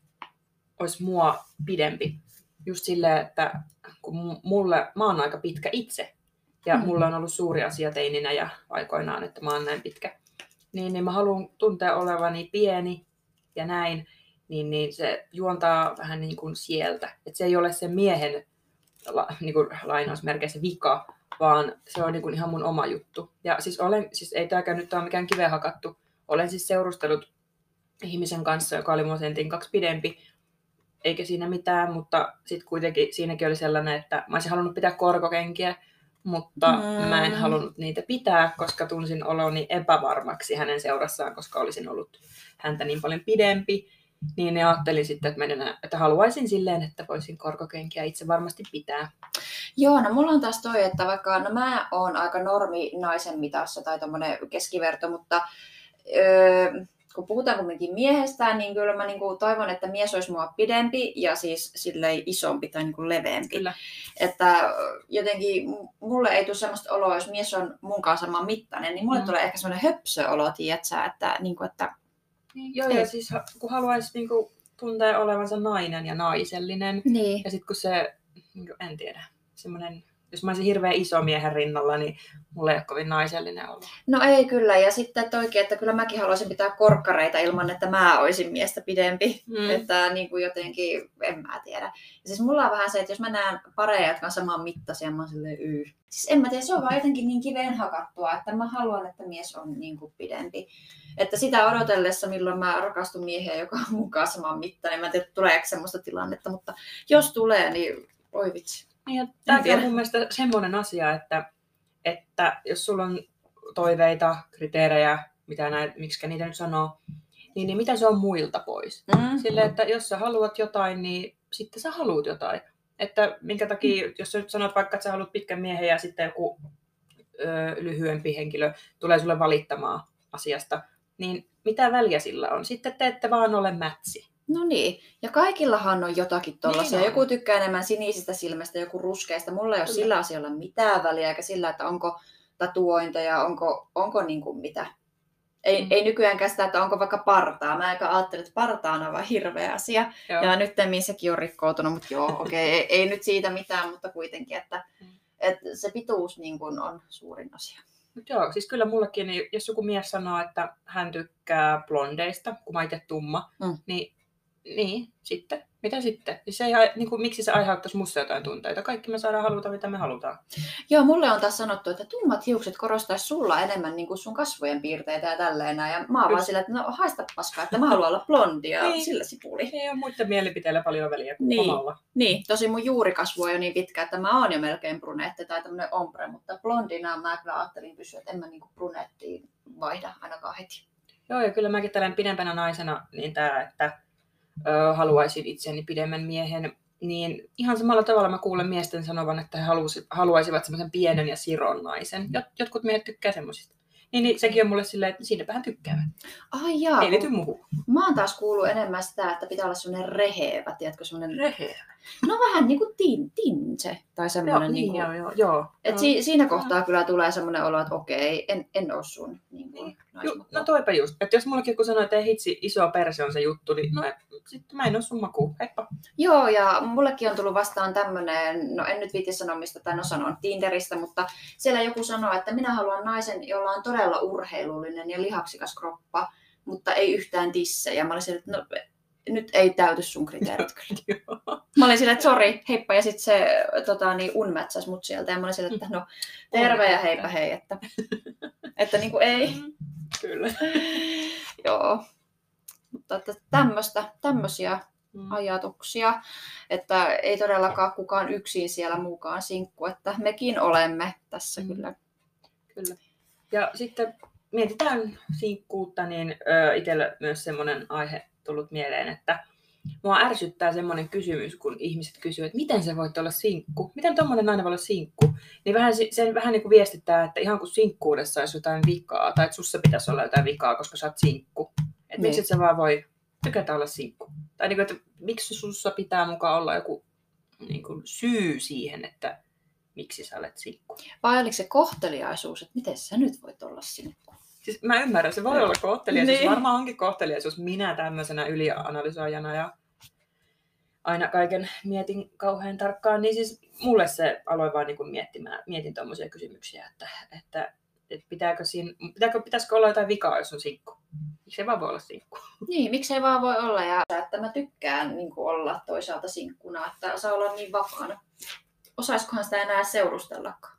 Speaker 1: olisi mua pidempi. Just silleen, että kun mulle, mä oon aika pitkä itse ja mm. mulla on ollut suuri asia teininä ja aikoinaan, että mä oon näin pitkä, niin, niin mä haluan tuntea olevani pieni ja näin. Niin, niin se juontaa vähän niin kuin sieltä. Että se ei ole se miehen la, niin kuin lainausmerkeissä vika, vaan se on niin kuin ihan mun oma juttu. Ja siis, olen, siis ei tämäkään nyt ole mikään kiveen hakattu. Olen siis seurustellut ihmisen kanssa, joka oli mun sentin kaksi pidempi, eikä siinä mitään, mutta sitten kuitenkin siinäkin oli sellainen, että mä olisin halunnut pitää korkokenkiä, mutta mm. mä en halunnut niitä pitää, koska tunsin oloni epävarmaksi hänen seurassaan, koska olisin ollut häntä niin paljon pidempi. Niin ne ajattelin sitten, että, menen, että haluaisin silleen, että voisin korkokenkiä itse varmasti pitää.
Speaker 2: Joo, no mulla on taas toi, että vaikka no mä oon aika normi naisen mitassa tai tommonen keskiverto, mutta öö, kun puhutaan kumminkin miehestään, niin kyllä mä niinku toivon, että mies olisi mua pidempi ja siis silleen isompi tai niinku leveämpi. Kyllä. Että jotenkin mulle ei tule semmoista oloa, jos mies on mun kanssa saman mittainen, niin mulle mm. tulee ehkä semmoinen höpsöolo, tiiätsä, että, niinku, että
Speaker 1: Niin, joo, ja siis kun haluaisi niinku, tuntea olevansa nainen ja naisellinen,
Speaker 2: niin.
Speaker 1: ja sitten kun se, niinku, en tiedä, semmoinen, jos mä olisin hirveän iso miehen rinnalla, niin mulla ei ole kovin naisellinen olo.
Speaker 2: No ei kyllä, ja sitten toikin, että kyllä mäkin haluaisin pitää korkkareita ilman, että mä olisin miestä pidempi, mm. että niin kuin jotenkin, en mä tiedä. Ja siis mulla on vähän se, että jos mä näen pareja, jotka on saman mittaisia, mä oon silleen yy. Siis en mä tiedä, se on vaan jotenkin niin kiveen hakattua, että mä haluan, että mies on niin kuin pidempi. Että sitä odotellessa, milloin mä rakastun mieheen, joka on mukaan saman mittainen, mä en tiedä, tuleeko semmoista tilannetta, mutta jos tulee, niin oi vitsi.
Speaker 1: Niin, tämäkin on mun mielestä semmoinen asia, että, että jos sulla on toiveita, kriteerejä, mitä näin, miksi niitä nyt sanoo, niin, niin mitä se on muilta pois? Mm. Sille, että jos sä haluat jotain, niin sitten sä haluat jotain. Että minkä takia, mm. jos sä nyt sanot vaikka, että sä haluat pitkän miehen ja sitten joku ö, lyhyempi henkilö tulee sulle valittamaan asiasta, niin mitä väliä sillä on? Sitten te ette vaan ole mätsi.
Speaker 2: No niin, ja kaikillahan on jotakin tollaisia. Niin on. Joku tykkää enemmän sinisistä silmästä, joku ruskeista. Mulla ei ole sillä asialla mitään väliä, eikä sillä, että onko tatuointeja, onko, onko niin kuin mitä. Ei, mm. ei nykyäänkään sitä, että onko vaikka partaa. Mä eikä ajattele, että partaa on aivan hirveä asia. Joo. Ja nyt sekin on rikkoutunut, mutta joo, okei, okay, ei, ei nyt siitä mitään, mutta kuitenkin, että, mm. että se pituus niin kuin on suurin asia.
Speaker 1: Joo, siis kyllä mullekin, jos joku mies sanoo, että hän tykkää blondeista, kun mä itse tumma, mm. niin Niin, sitten. Mitä sitten? Siis se ei, ai- niin kuin, miksi se aiheuttaisi musta jotain tunteita? Kaikki me saadaan haluta, mitä me halutaan.
Speaker 2: Joo, mulle on taas sanottu, että tummat hiukset korostaisi sulla enemmän niin kuin sun kasvojen piirteitä ja tälleen. näin. Ja mä oon vaan
Speaker 1: Just.
Speaker 2: sillä, että no haista paskaa, että mä haluan olla blondi ja
Speaker 1: Niin.
Speaker 2: sillä sipuli.
Speaker 1: Ei ole muiden mielipiteillä paljon väliä kuin
Speaker 2: Niin.
Speaker 1: omalla.
Speaker 2: Niin, tosi mun juurikasvu on jo niin pitkä, että mä oon jo melkein brunetti tai tämmönen ombre, mutta blondina mä kyllä ajattelin pysyä, että en mä niinku brunettiin vaihda ainakaan heti.
Speaker 1: Joo, ja kyllä mäkin tällainen pidempänä naisena, niin tää, että ö, haluaisin itseni pidemmän miehen, niin ihan samalla tavalla mä kuulen miesten sanovan, että he halusi, haluaisivat semmoisen pienen ja siron naisen. Jot, jotkut miehet tykkää semmosista. Niin, niin sekin on mulle silleen, että siinäpä hän tykkää.
Speaker 2: Ai jaa,
Speaker 1: Ei liity muuhun.
Speaker 2: mä oon taas kuullut enemmän sitä, että pitää olla semmoinen rehevä, tiedätkö, semmoinen...
Speaker 1: Reheä.
Speaker 2: No vähän niinku tin, tinse tai
Speaker 1: Joo,
Speaker 2: semmoinen.
Speaker 1: niin,
Speaker 2: Niinku...
Speaker 1: joo, joo, joo.
Speaker 2: Et si- siinä kohtaa kyllä tulee semmoinen olo, että okei, en, en oo sun niin kuin,
Speaker 1: Niin.
Speaker 2: naismakka.
Speaker 1: Ju, no toipa just. Että jos mullekin kun sanoo, että ei hitsi, iso perse on se juttu, niin no sitten mä en oo sun makuun. Heippa.
Speaker 2: Joo, ja mullekin on tullut vastaan tämmönen, no en nyt viitti sanoa mistä, tai no sanon Tinderistä, mutta siellä joku sanoo, että minä haluan naisen, jolla on todella urheilullinen ja lihaksikas kroppa, mutta ei yhtään tissejä. Mä olin sillä, että no nyt ei täyty sun kriteerit kyllä. Mä olin sillä, että sori, heippa, ja sitten se tota, niin unmätsäs mut sieltä, ja mä olin sillä, että no terve ja heippa hei, että, että niinku ei.
Speaker 1: Kyllä.
Speaker 2: Joo, mutta että tämmöstä, tämmösiä
Speaker 1: Mm.
Speaker 2: ajatuksia, että ei todellakaan kukaan yksin siellä muukaan sinkku, että mekin olemme tässä
Speaker 1: Mm.
Speaker 2: kyllä.
Speaker 1: Kyllä. Ja sitten mietitään sinkkuutta, niin ö, itsellä myös semmoinen aihe tullut mieleen, että mua ärsyttää semmoinen kysymys, kun ihmiset kysyvät, että miten sä voit olla sinkku? Miten tommonen nainen voi olla sinkku? Niin vähän, sen vähän niin kuin viestittää, että ihan kuin sinkkuudessa olisi jotain vikaa, tai että sussa pitäisi olla jotain vikaa, koska sä oot sinkku. Että
Speaker 2: Niin.
Speaker 1: miksi et sä vaan voi tykätä olla sinkku? Tai niin kuin, että miksi sussa pitää mukaan olla joku niin kuin syy siihen, että miksi sä olet sinkku?
Speaker 2: Vai oliko se kohteliaisuus, että miten sä nyt voit olla sinkku?
Speaker 1: Siis mä ymmärrän, se voi olla kohteliaisuus.
Speaker 2: Niin.
Speaker 1: Varmaan onkin kohteliaisuus. Minä tämmöisenä ylianalysoijana ja aina kaiken mietin kauhean tarkkaan. Niin siis mulle se aloin vaan niin miettimään, mietin tommosia kysymyksiä, että, että, että pitääkö siinä, pitääkö, pitäisikö olla jotain vikaa, jos on sinkku? Miksi se vaan voi olla sinkku?
Speaker 2: Niin, miksei vaan voi olla, ja että mä tykkään niin kuin olla toisaalta sinkkuna, että saa olla niin vapaana. Osaiskohan sitä enää seurustellakaan?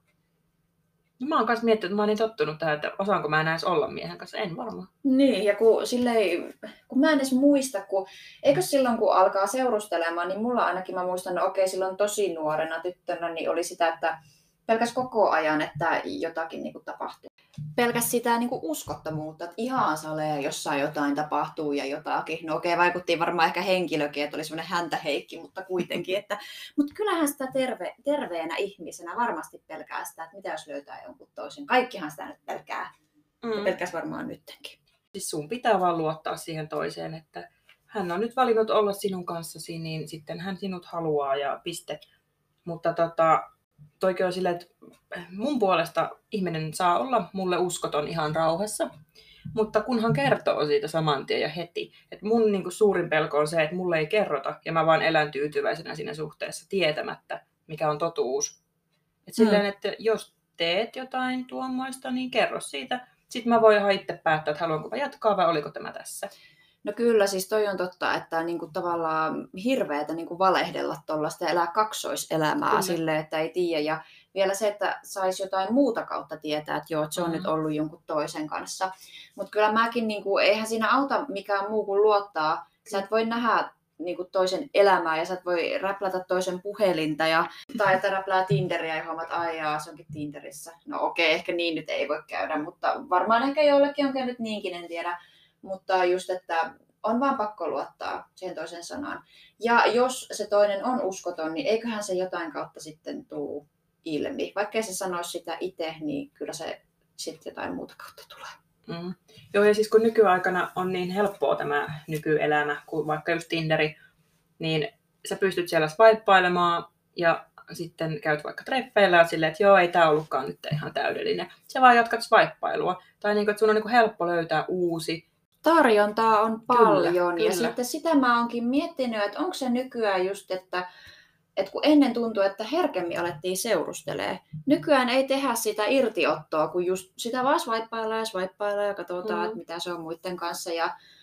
Speaker 1: No, mä oon kanssa miettinyt, että mä oon niin tottunut tähän, että osaanko mä enää edes olla miehen kanssa. En varmaan.
Speaker 2: Niin, ja kun, silleen, kun mä en edes muista, kun, eikö silloin kun alkaa seurustelemaan, niin mulla ainakin mä muistan, no okei, silloin tosi nuorena tyttönä, niin oli sitä, että pelkäs koko ajan, että jotakin niin kuin tapahtuu. Pelkäs sitä niin kuin uskottomuutta, että ihan salee, jossain jotain tapahtuu ja jotakin. No okei, vaikuttiin varmaan ehkä henkilökin, että oli semmoinen häntäheikki, mutta kuitenkin. Että, mutta kyllähän sitä terve, terveenä ihmisenä varmasti pelkää sitä, että mitä jos löytää jonkun toisen. Kaikkihan sitä nyt pelkää.
Speaker 1: Mm.
Speaker 2: Ja pelkäs varmaan nyttenkin.
Speaker 1: Siis sun pitää vaan luottaa siihen toiseen, että hän on nyt valinnut olla sinun kanssasi, niin sitten hän sinut haluaa ja piste. Mutta tota, toikin on silleen, että mun puolesta ihminen saa olla mulle uskoton ihan rauhassa, mutta kunhan kertoo siitä saman tien ja heti. Et mun niin kuin suurin pelko on se, että mulle ei kerrota ja mä vaan elän tyytyväisenä siinä suhteessa tietämättä, mikä on totuus. Et silleen, että jos teet jotain tuommoista, niin kerro siitä. Sitten mä voin ihan itse päättää, että haluanko mä jatkaa vai oliko tämä tässä.
Speaker 2: No kyllä, siis toi on totta, että niinku tavallaan hirveätä niinku valehdella tuollaista ja elää kaksoiselämää
Speaker 1: Kyllä.
Speaker 2: silleen, että ei tiedä. Ja vielä se, että saisi jotain muuta kautta tietää, että joo, että se on
Speaker 1: Mm.
Speaker 2: nyt ollut jonkun toisen kanssa. Mutta kyllä mäkin, niinku, eihän siinä auta mikään muu kuin luottaa. Sä et voi nähdä niinku toisen elämää ja sä et voi räplätä toisen puhelinta. Ja, tai että räplää Tinderiä ja huomaat, että ai jaa, se onkin Tinderissä. No okei, ehkä niin nyt ei voi käydä, mutta varmaan ehkä joillekin on käynyt niinkin, en tiedä. Mutta just, että on vaan pakko luottaa siihen toisen sanaan. Ja jos se toinen on uskoton, niin eiköhän se jotain kautta sitten tuu ilmi. Vaikka se sanoisi sitä itse, niin kyllä se sitten jotain muuta kautta tulee.
Speaker 1: Mm. Joo, ja siis kun nykyaikana on niin helppoa tämä nykyelämä, kuin vaikka just Tinderi, niin sä pystyt siellä swipeilemaan ja sitten käyt vaikka treffeillä ja silleen, että joo, ei tää ollutkaan nyt ihan täydellinen. Sä vaan jatkat swipeilua. Tai niin kuin, että sun on niin kuin helppo löytää uusi.
Speaker 2: Tarjontaa on paljon
Speaker 1: Kyllä,
Speaker 2: ja
Speaker 1: kyllä.
Speaker 2: sitten sitä mä oonkin miettinyt, että onko se nykyään just, että, että kun ennen tuntui, että herkemmin alettiin seurustelee. Nykyään ei tehdä sitä irtiottoa, kun just sitä vaan swipeillaan ja swipeillaan ja katsotaan,
Speaker 1: Mm.
Speaker 2: että mitä se on muiden kanssa. Ja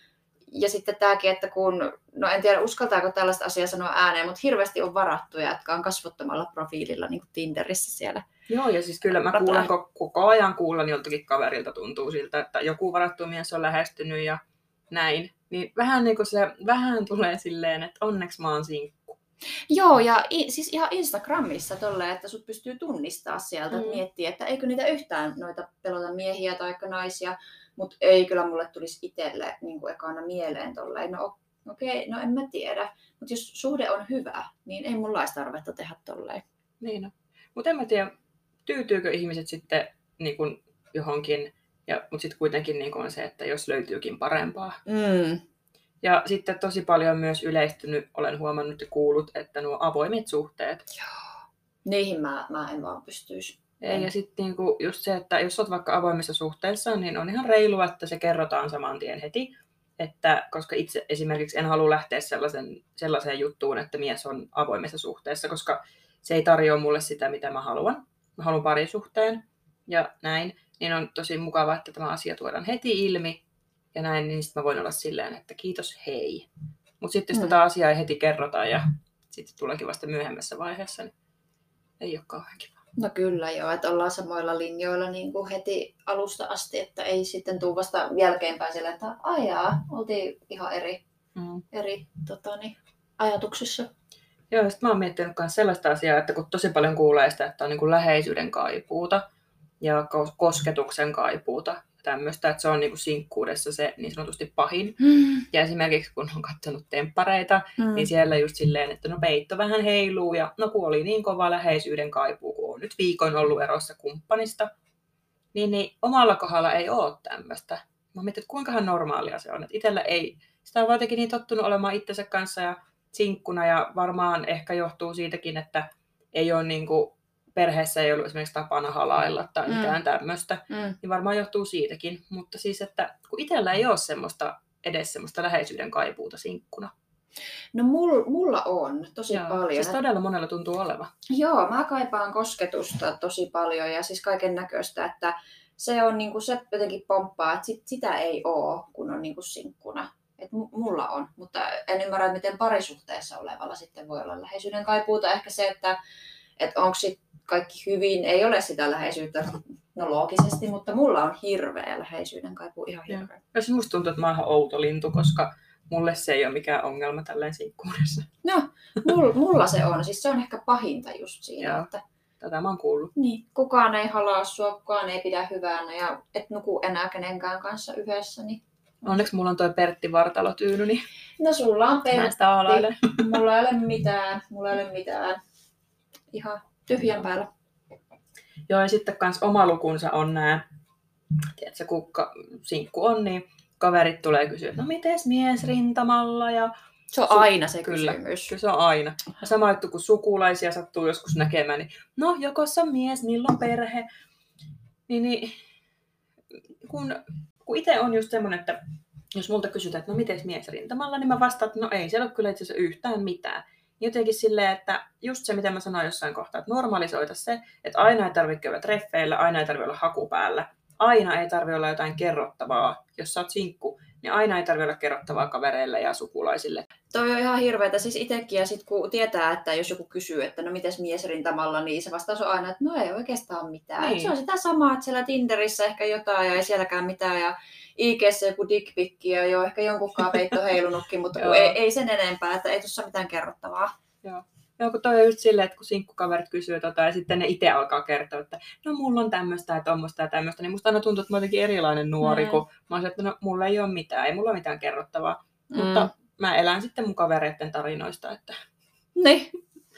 Speaker 2: ja sitten tämäkin, että kun, no en tiedä uskaltaako tällaista asiaa sanoa ääneen, mutta hirveästi on varattuja, jotka on kasvottomalla profiililla niin kuin Tinderissä siellä.
Speaker 1: Joo, ja siis kyllä mä kuulen koko ajan kuulen joltakin kaverilta tuntuu siltä, että joku varattu mies on lähestynyt ja näin. Niin vähän niin kuin se, vähän tulee silleen, että onneksi mä oon sinkku.
Speaker 2: Joo, ja i, siis ihan Instagramissa tolleen, että sut pystyy tunnistaa sieltä, mm. että miettii, että eikö niitä yhtään noita pelota miehiä tai naisia, mutta ei kyllä mulle tulisi itselle niin kuin ekana mieleen tolleen. No okei, okay, no en mä tiedä, mutta jos suhde on hyvä, niin ei mulla olisi tarvetta tehdä tolleen.
Speaker 1: Niin no. Mutta en mä tiedä, tyytyykö ihmiset sitten niin kuin johonkin, ja, mutta sitten kuitenkin niin kuin on se, että jos löytyykin parempaa.
Speaker 2: Mm.
Speaker 1: Ja sitten tosi paljon myös yleistynyt, olen huomannut ja kuullut, että nuo avoimet suhteet.
Speaker 2: Joo. Niihin mä, mä en vaan pystyisi.
Speaker 1: Ei, ja sitten niinku just se, että jos olet vaikka avoimessa suhteessa, niin on ihan reilua, että se kerrotaan saman tien heti. Että, koska itse esimerkiksi en halua lähteä sellaisen, sellaiseen juttuun, että mies on avoimessa suhteessa, koska se ei tarjoa mulle sitä, mitä mä haluan. Mä haluan parisuhteen ja näin. Niin on tosi mukavaa, että tämä asia tuodaan heti ilmi. Ja näin, niin sitten mä voin olla silleen, että kiitos, hei. Mutta sitten jos mm. tätä asiaa ei heti kerrota ja sitten tuleekin vasta myöhemmässä vaiheessa, niin ei ole kauhean kiva.
Speaker 2: No kyllä joo, että ollaan samoilla linjoilla niin kuin heti alusta asti, että ei sitten tule vasta jälkeenpäin sille, että ajaa, oltiin ihan eri, mm. eri totani, ajatuksissa.
Speaker 1: Joo, ja sitten mä oon miettinyt myös sellaista asiaa, että kun tosi paljon kuulee sitä, että on niin kuin läheisyyden kaipuuta ja kosketuksen kaipuuta, tämmöistä, että se on niin kuin sinkkuudessa se niin sanotusti pahin. Mm. Ja esimerkiksi kun on katsonut temppareita, mm. niin siellä just silleen, että no peitto vähän heiluu ja no kun oli niin kova läheisyyden kaipuu, kun on nyt viikon ollut erossa kumppanista, niin, niin omalla kohdalla ei ole tämmöistä. Mä mietin, että kuinkahan normaalia se on. Että itsellä ei, sitä on jotenkin niin tottunut olemaan itsensä kanssa ja sinkkuna ja varmaan ehkä johtuu siitäkin, että ei ole niin kuin perheessä ei ollut esimerkiksi tapana halailla tai mm. mitään tämmöistä, mm. niin varmaan johtuu siitäkin. Mutta siis, että kun itsellä ei ole semmoista, edes semmoista läheisyyden kaipuuta sinkkuna.
Speaker 2: No mulla, mulla on tosi Joo, paljon.
Speaker 1: Siis todella monella tuntuu olevan.
Speaker 2: Joo, mä kaipaan kosketusta tosi paljon ja siis kaiken näköistä, että se on niinku, se jotenkin pomppaa, että sit, sitä ei oo, kun on niinku sinkkuna. Et mulla on, mutta en ymmärrä, miten parisuhteessa olevalla sitten voi olla läheisyyden kaipuuta. Ehkä se, että et onko sit kaikki hyvin, ei ole sitä läheisyyttä, no loogisesti, mutta mulla on hirveä läheisyyden kaipuu, ihan hirveä.
Speaker 1: Ja siis musta tuntuu, että mä oon ihan outo lintu, koska mulle se ei ole mikään ongelma tälleen sinkkuudessa.
Speaker 2: No, mulla, mulla se on, siis se on ehkä pahinta just siinä,
Speaker 1: Joo,
Speaker 2: että
Speaker 1: tätä mä oon kuullut.
Speaker 2: Niin, kukaan ei halaa sua, kukaan ei pidä hyvänä ja et nuku enää kenenkään kanssa yhdessä. Niin...
Speaker 1: Onneksi mulla on toi Pertti Vartalo-tyyny, niin
Speaker 2: no sulla on Pertti, mulla ei ole mitään, mulla ei ole mitään. Ihan tyhjän päällä.
Speaker 1: Joo, ja sitten kans oma lukunsa on nää, tiedätkö, kun sinkku on, niin kaverit tulee kysyä, no mites mies rintamalla? Ja
Speaker 2: se on su- aina se
Speaker 1: kyllä,
Speaker 2: kysymys.
Speaker 1: Kyllä se on aina. Ja sama juttu, kun sukulaisia sattuu joskus näkemään, niin no jokos on mies, milloin perhe? Niin, niin kun, kun itse on just semmoinen, että jos multa kysytään, että no mites mies rintamalla, niin mä vastaan, että no ei siellä ole kyllä itse asiassa yhtään mitään. Jotenkin silleen, että just se, mitä mä sanoin jossain kohtaa, että normalisoita se, että aina ei tarvitse käydä treffeillä, aina ei tarvitse olla haku päällä, aina ei tarvitse olla jotain kerrottavaa. Jos sä oot sinkku, niin aina ei tarvitse olla kerrottavaa kavereille ja sukulaisille.
Speaker 2: Toi on ihan hirveetä. Siis itsekin, ja sit kun tietää, että jos joku kysyy, että no mites mies rintamalla, niin se vastaus on aina, että no ei oikeastaan mitään. Niin. Se on sitä samaa, että siellä Tinderissä ehkä jotain ja ei sielläkään mitään. Ja I G:ssä joku dickpikki ja jo ehkä jonkunkaan peitto heilunutkin, mutta ei, ei sen enempää, että ei tuossa mitään kerrottavaa.
Speaker 1: Joo. Joo, kun toi on just silleen, että kun sinkkukaverit kysyy tota, ja sitten ne itse alkaa kertoa, että no mulla on tämmöistä ja tommoista ja tämmöistä, niin musta aina tuntuu, että mä oon jotenkin erilainen nuori, mm. kun mä oon että no mulla ei ole mitään, ei mulla ole mitään kerrottavaa. Mm. Mutta mä elän sitten mun kavereiden tarinoista. Että...
Speaker 2: Niin.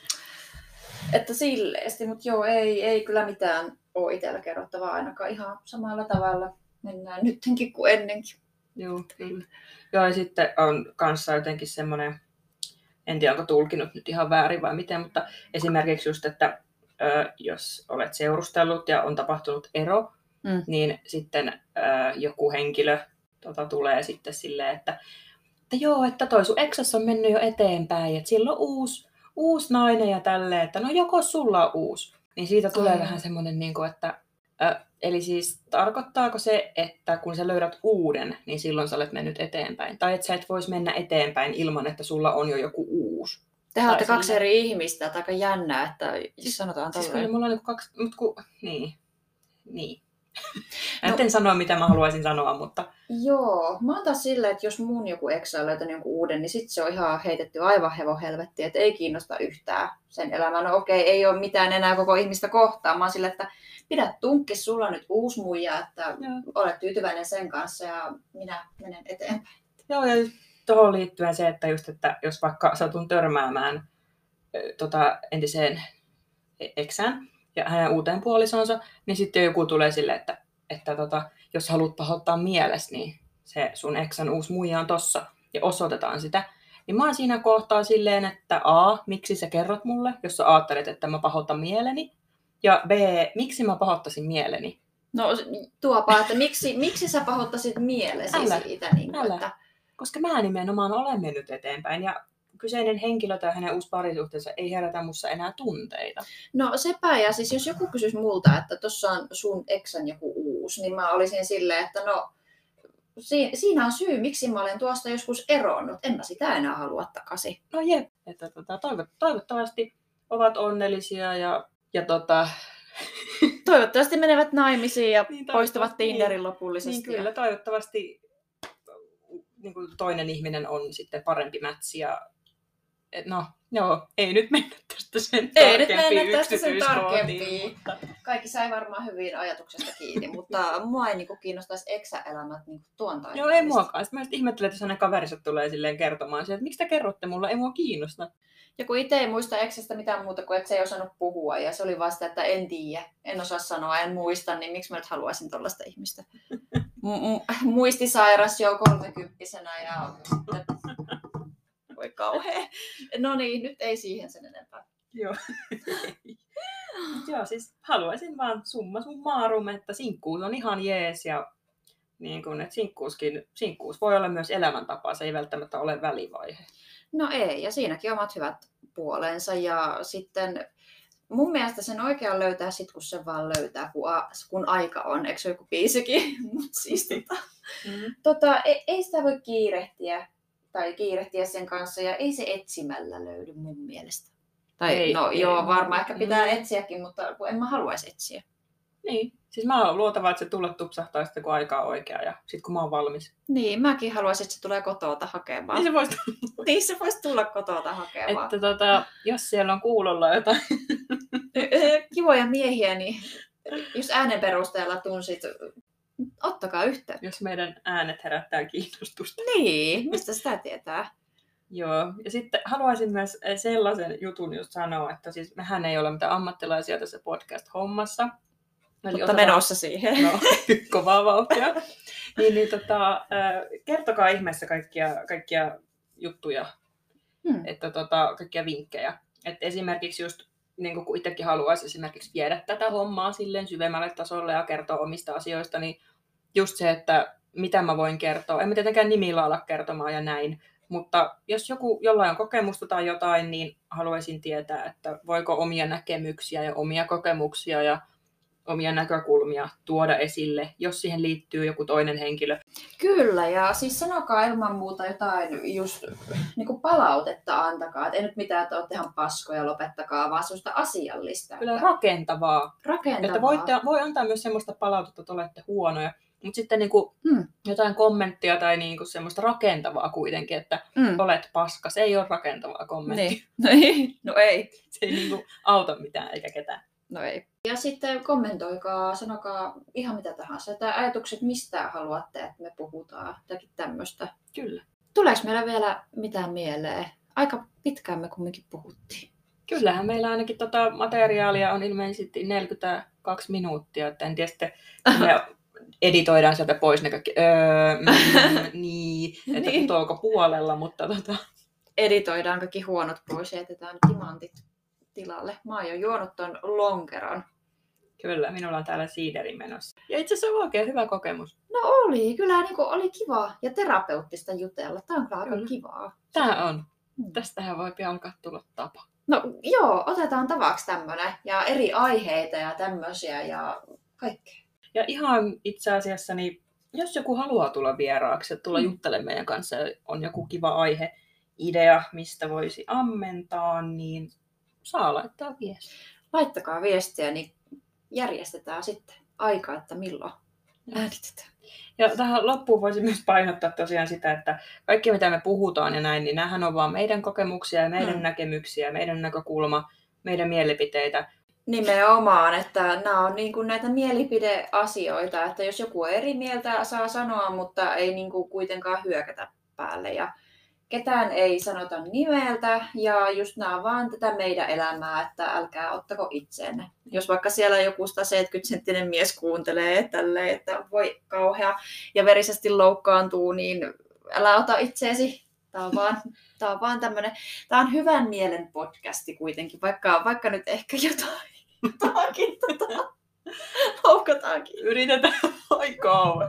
Speaker 2: Että silleesti, mutta joo, ei, ei kyllä mitään ole itsellä kerrottavaa ainakaan ihan samalla tavalla. Mennään nyttenkin kuin ennenkin.
Speaker 1: Joo, kyllä. Joo, ja sitten on kanssa jotenkin semmoinen, en tiedä onko tulkinut nyt ihan väärin vai miten, mutta esimerkiksi just, että ö, jos olet seurustellut ja on tapahtunut ero, mm. niin sitten ö, joku henkilö tota, tulee sitten silleen, että, että joo, että toi sun eksas on mennyt jo eteenpäin, että sillä on uusi, uusi nainen ja tälleen, että no joko sulla on uusi. Niin siitä tulee Ai. vähän semmoinen, niin kuin, että ö, Eli siis tarkoittaako se, että kun sä löydät uuden, niin silloin sä olet mennyt eteenpäin? Tai että sä et vois mennä eteenpäin ilman, että sulla on jo joku uusi?
Speaker 2: Tehän olette kaksi
Speaker 1: silleen...
Speaker 2: eri ihmistä, että aika jännää, että
Speaker 1: siis,
Speaker 2: sanotaan
Speaker 1: siis
Speaker 2: tolleen.
Speaker 1: kyllä mulla on niin kaksi, mutta ku... niin. Niin. No, en sano, mitä mä haluaisin sanoa, mutta...
Speaker 2: Joo, mä oon taas silleen, että jos mun joku eksä on löytänyt jonkun uuden, niin sit se on ihan heitetty aivan hevohelvettiin, että ei kiinnosta yhtään sen elämää. No okei, ei ole mitään enää koko ihmistä kohtaan. Mä oon silleen, että pidä tunkkis, sulla on nyt uusi muija, että Joo. olet tyytyväinen sen kanssa ja minä menen eteenpäin.
Speaker 1: Joo, ja tuohon liittyen se, että just, että jos vaikka satun törmäämään tota, entiseen eksään ja hänen uuteen puolisonsa, niin sitten joku tulee silleen, että, että tota, jos haluat pahoittaa mielessä, niin se sun eksän uusi muija on tossa ja osoitetaan sitä. Niin mä oon siinä kohtaa silleen, että A, miksi sä kerrot mulle, jos sä ajattelet, että mä pahoitan mieleni, ja B, miksi mä pahoittaisin mieleni?
Speaker 2: No tuopa, että miksi, miksi sä pahoittaisit mielesi älä, siitä? Niin kuin, että...
Speaker 1: Koska mä nimenomaan olen mennyt eteenpäin ja kyseinen henkilö tai hänen uusi parisuhteensa ei herätä musta enää tunteita.
Speaker 2: No sepä, ja siis jos joku kysyisi multa, että tossa on sun eksän joku uusi, niin mä olisin silleen, että no siinä on syy, miksi mä olen tuosta joskus eronnut. En mä sitä enää halua takaisin.
Speaker 1: No jep, että tota, toivottavasti ovat onnellisia ja, ja tota...
Speaker 2: toivottavasti menevät naimisiin ja niin, poistuvat Tinderin niin, lopullisesti.
Speaker 1: Niin kyllä, toivottavasti niin kuin toinen ihminen on sitten parempi mätsi ja no, joo, ei nyt mennä tästä sen
Speaker 2: ei tarkempiin yksityiskohtiin. Mutta... Kaikki sai varmaan hyvin ajatuksesta kiinni, mutta mua ei niinku kiinnostaisi eksä-elämät niinku tuon taidon.
Speaker 1: Joo, ei muakaan. Sitten mä just ihmettelen, että jos hänen kaverinsa tulee silleen kertomaan, että miksi te kerrotte mulle, ei mua kiinnosta.
Speaker 2: Ja kun itse ei muista eksästä mitään muuta kuin, että se ei osannut puhua ja se oli vasta, että en tiedä, en osaa sanoa, en muista, niin miksi mä nyt haluaisin tollaista ihmistä. M- muistisairas jo kolmekymppisenä ja... Voi kauhea. No niin, nyt ei siihen sen enempää.
Speaker 1: Joo. Joo, siis haluaisin vaan summa summarum, että sinkkuus on ihan jees ja niin kun, että sinkkuuskin, sinkkuus voi olla myös elämäntapa, se ei välttämättä ole välivaihe.
Speaker 2: No ei, ja siinäkin omat hyvät puolensa ja sitten mun mielestä sen oikean löytää sit, kun se vaan löytää, kun, a, kun aika on, eikö se joku biisikin? Mut siis tota, mm-hmm. tota, ei, ei sitä voi kiirehtiä. Tai kiirehtiä sen kanssa, ja ei se etsimällä löydy mun mielestä. Tai ei, no ei, joo, varmaan ehkä pitää mm. etsiäkin, mutta kun en mä haluaisi etsiä.
Speaker 1: Niin, siis mä oon luotava, että se tulla tupsahtaa sitten, kun aika on oikea, ja sitten kun mä oon valmis.
Speaker 2: Niin, mäkin haluaisin, että se tulee kotoota hakemaan.
Speaker 1: Niin se voisi
Speaker 2: tulla, niin se voisi tulla kotoota hakemaan.
Speaker 1: Että tota, jos siellä on kuulolla jotain...
Speaker 2: kivoja miehiä, niin jos äänen perusteella tunsit... Ottakaa yhteyttä.
Speaker 1: Jos meidän äänet herättää kiinnostusta.
Speaker 2: Niin, mistä sitä tietää?
Speaker 1: Joo, ja sitten haluaisin myös sellaisen jutun just sanoa, että siis mehän ei ole mitään ammattilaisia tässä podcast-hommassa.
Speaker 2: Eli mutta otetaan... menossa siihen.
Speaker 1: No, kovaa vauhtia. niin, niin tota, kertokaa ihmeessä kaikkia, kaikkia juttuja, hmm. että tota, kaikkia vinkkejä. Et esimerkiksi just niin kun itsekin haluaisi esimerkiksi viedä tätä hommaa silleen syvemmälle tasolle ja kertoa omista asioista, niin just se, että mitä mä voin kertoa. En mä tietenkään nimillä ala kertomaan ja näin, mutta jos joku, jollain on kokemusta tai jotain, niin haluaisin tietää, että voiko omia näkemyksiä ja omia kokemuksia ja omia näkökulmia tuoda esille, jos siihen liittyy joku toinen henkilö.
Speaker 2: Kyllä, ja siis sanokaa ilman muuta jotain just niin kuin palautetta antakaa. Et ei nyt mitään, että olette ihan paskoja, lopettakaa, vaan sellaista asiallista.
Speaker 1: Kyllä rakentavaa.
Speaker 2: Rakentavaa.
Speaker 1: Että voitte, voi antaa myös semmoista palautetta, että olette huonoja. Mutta sitten niin kuin hmm. jotain kommenttia tai niin kuin semmoista rakentavaa kuitenkin, että hmm. olet paska. Se ei ole rakentavaa kommentti.
Speaker 2: Niin. No ei.
Speaker 1: Se ei niin kuin auta mitään eikä ketään.
Speaker 2: No ei. Ja sitten kommentoikaa, sanokaa ihan mitä tahansa. Tai ajatukset, mistä haluatte, että me puhutaan. Jotakin tämmöistä.
Speaker 1: Kyllä.
Speaker 2: Tuleeko meillä vielä mitään mieleen? Aika pitkään me kumminkin puhuttiin.
Speaker 1: Kyllähän meillä ainakin tota materiaalia on ilmeisesti neljäkymmentäkaksi minuuttia. Että en tiedä sitten, me editoidaan sieltä pois ne kaikki. Öö, mm, niin, että niin. Putoako puolella, mutta tota...
Speaker 2: Editoidaan kaikki huonot pois ja jätetään timantit tilalle. Mä oon jo juonut ton lonkeron.
Speaker 1: Kyllä, minulla on täällä siideri menossa. Ja itse asiassa on oikein hyvä kokemus.
Speaker 2: No oli, kyllä niin kuin oli kiva ja terapeuttista jutella. Tää on kyllä aika kivaa.
Speaker 1: Tää on. Hmm. Tästähän voi alkaa tulla tapa.
Speaker 2: No joo, otetaan tavaksi tämmönen. Ja eri aiheita ja tämmöisiä ja kaikkea.
Speaker 1: Ja ihan itse asiassa, niin jos joku haluaa tulla vieraaksi ja tulla
Speaker 2: Mm.
Speaker 1: juttelemaan meidän kanssa ja on joku kiva aihe, idea, mistä voisi ammentaa, niin saa laittaa viestiä.
Speaker 2: Laittakaa viestiä, niin järjestetään sitten aika, että milloin äänitetään.
Speaker 1: Ja tähän loppuun voisin myös painottaa tosiaan sitä, että kaikki mitä me puhutaan ja näin, niin näähän on vaan meidän kokemuksia ja meidän
Speaker 2: Mm.
Speaker 1: näkemyksiä, meidän näkökulma, meidän mielipiteitä.
Speaker 2: Nimenomaan, että nämä on niin kuin näitä mielipideasioita, että jos joku on eri mieltä, saa sanoa, mutta ei niin kuin kuitenkaan hyökätä päälle. Ja ketään ei sanota nimeltä ja just nämä on vaan tätä meidän elämää, että älkää ottako itseenne. Jos vaikka siellä joku sata seitsemänkymmentä senttinen mies kuuntelee tälleen, että voi kauhea ja verisesti loukkaantuu, niin älä ota itseesi. Tämä on vaan, tämä on vaan tämmöinen, tämä on hyvän mielen podcasti kuitenkin, vaikka, vaikka nyt ehkä jotain, jotakin tota, loukataankin.
Speaker 1: Yritetään aikaa.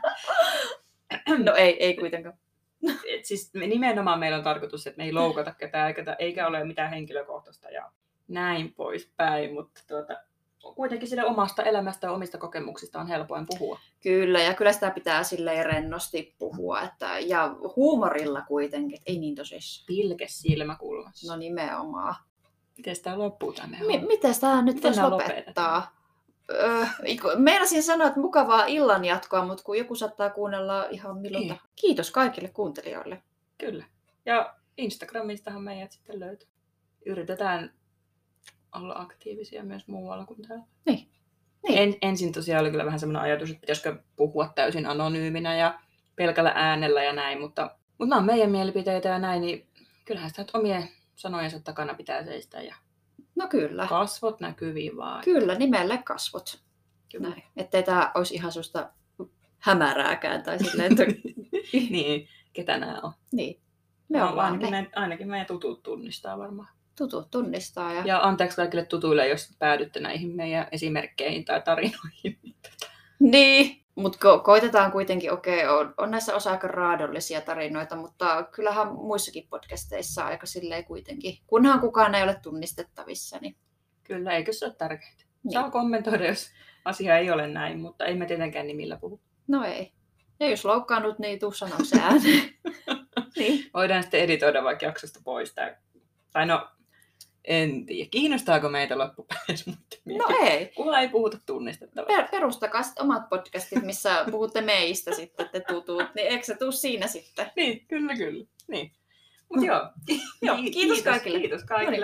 Speaker 2: No ei, ei kuitenkaan.
Speaker 1: Et siis me, nimenomaan meillä on tarkoitus, että me ei loukata ketään, eikä, eikä ole mitään henkilökohtaista ja näin poispäin, mutta tuota, kuitenkin sille omasta elämästä ja omista kokemuksista on helpoin puhua.
Speaker 2: Kyllä, ja kyllä sitä pitää silleen rennosti puhua, että, ja huumorilla kuitenkin, että ei niin tosissaan.
Speaker 1: Pilke silmäkulmassa.
Speaker 2: No nimenomaan.
Speaker 1: Miten tämä loppuu tämä
Speaker 2: M- Miten tämä nyt
Speaker 1: Miten
Speaker 2: voisi
Speaker 1: nää
Speaker 2: lopettaa? Öö, meinasin sanoa, että mukavaa illan jatkoa, mutta kun joku saattaa kuunnella ihan milloin
Speaker 1: Niin.
Speaker 2: tahansa. Kiitos kaikille kuuntelijoille.
Speaker 1: Kyllä. Ja Instagramistahan meidät sitten löytyy. Yritetään olla aktiivisia myös muualla kuin täällä.
Speaker 2: Niin. Niin.
Speaker 1: En, ensin tosiaan oli kyllä vähän semmoinen ajatus, että pitäisikö puhua täysin anonyyminä ja pelkällä äänellä ja näin, mutta, mutta nämä on meidän mielipiteitä ja näin, niin kyllähän sitä nyt omien sanojensa takana pitää seistä ja
Speaker 2: No kyllä.
Speaker 1: kasvot näkyviin vaan.
Speaker 2: Kyllä, nimelle kasvot.
Speaker 1: Kyllä.
Speaker 2: Näin. Ettei tämä olisi ihan susta hämärääkään tai silleen, että...
Speaker 1: Niin, ketä nämä on.
Speaker 2: niin. Me
Speaker 1: No,
Speaker 2: on vaan
Speaker 1: ainakin,
Speaker 2: ne.
Speaker 1: me, ainakin meidän tutut tunnistaa varmaan.
Speaker 2: Tutut tunnistaa. Ja...
Speaker 1: Ja anteeksi kaikille tutuille, jos päädytte näihin meidän esimerkkeihin tai tarinoihin.
Speaker 2: Niin, mutta ko- koitetaan kuitenkin, okei, okay, on, on näissä osa aika raadollisia tarinoita, mutta kyllähän muissakin podcasteissa aika silleen kuitenkin, kunhan kukaan ei ole tunnistettavissa. Niin...
Speaker 1: Kyllä, eikö se ole tärkeintä?
Speaker 2: Niin.
Speaker 1: Saa kommentoida, jos asia ei ole näin, mutta ei me tietenkään nimillä puhu.
Speaker 2: No ei. Ja jos loukkaannut, niin tuu sanoa se ääneen. niin.
Speaker 1: Voidaan sitten editoida vaikka jaksosta pois. Tai, tai no, en tiedä. Kiinnostaako meitä loppupäivässä?
Speaker 2: No ei.
Speaker 1: Kukaan ei puhuta tunnistettavasti.
Speaker 2: Per- perustakaa sitten omat podcastit, missä puhutte meistä sitten, te tutut. Niin eikö se tuu siinä sitten?
Speaker 1: Niin, kyllä, kyllä. Niin. Mut joo.
Speaker 2: Joo, kiitos kaikille.
Speaker 1: Kiitos kaikille.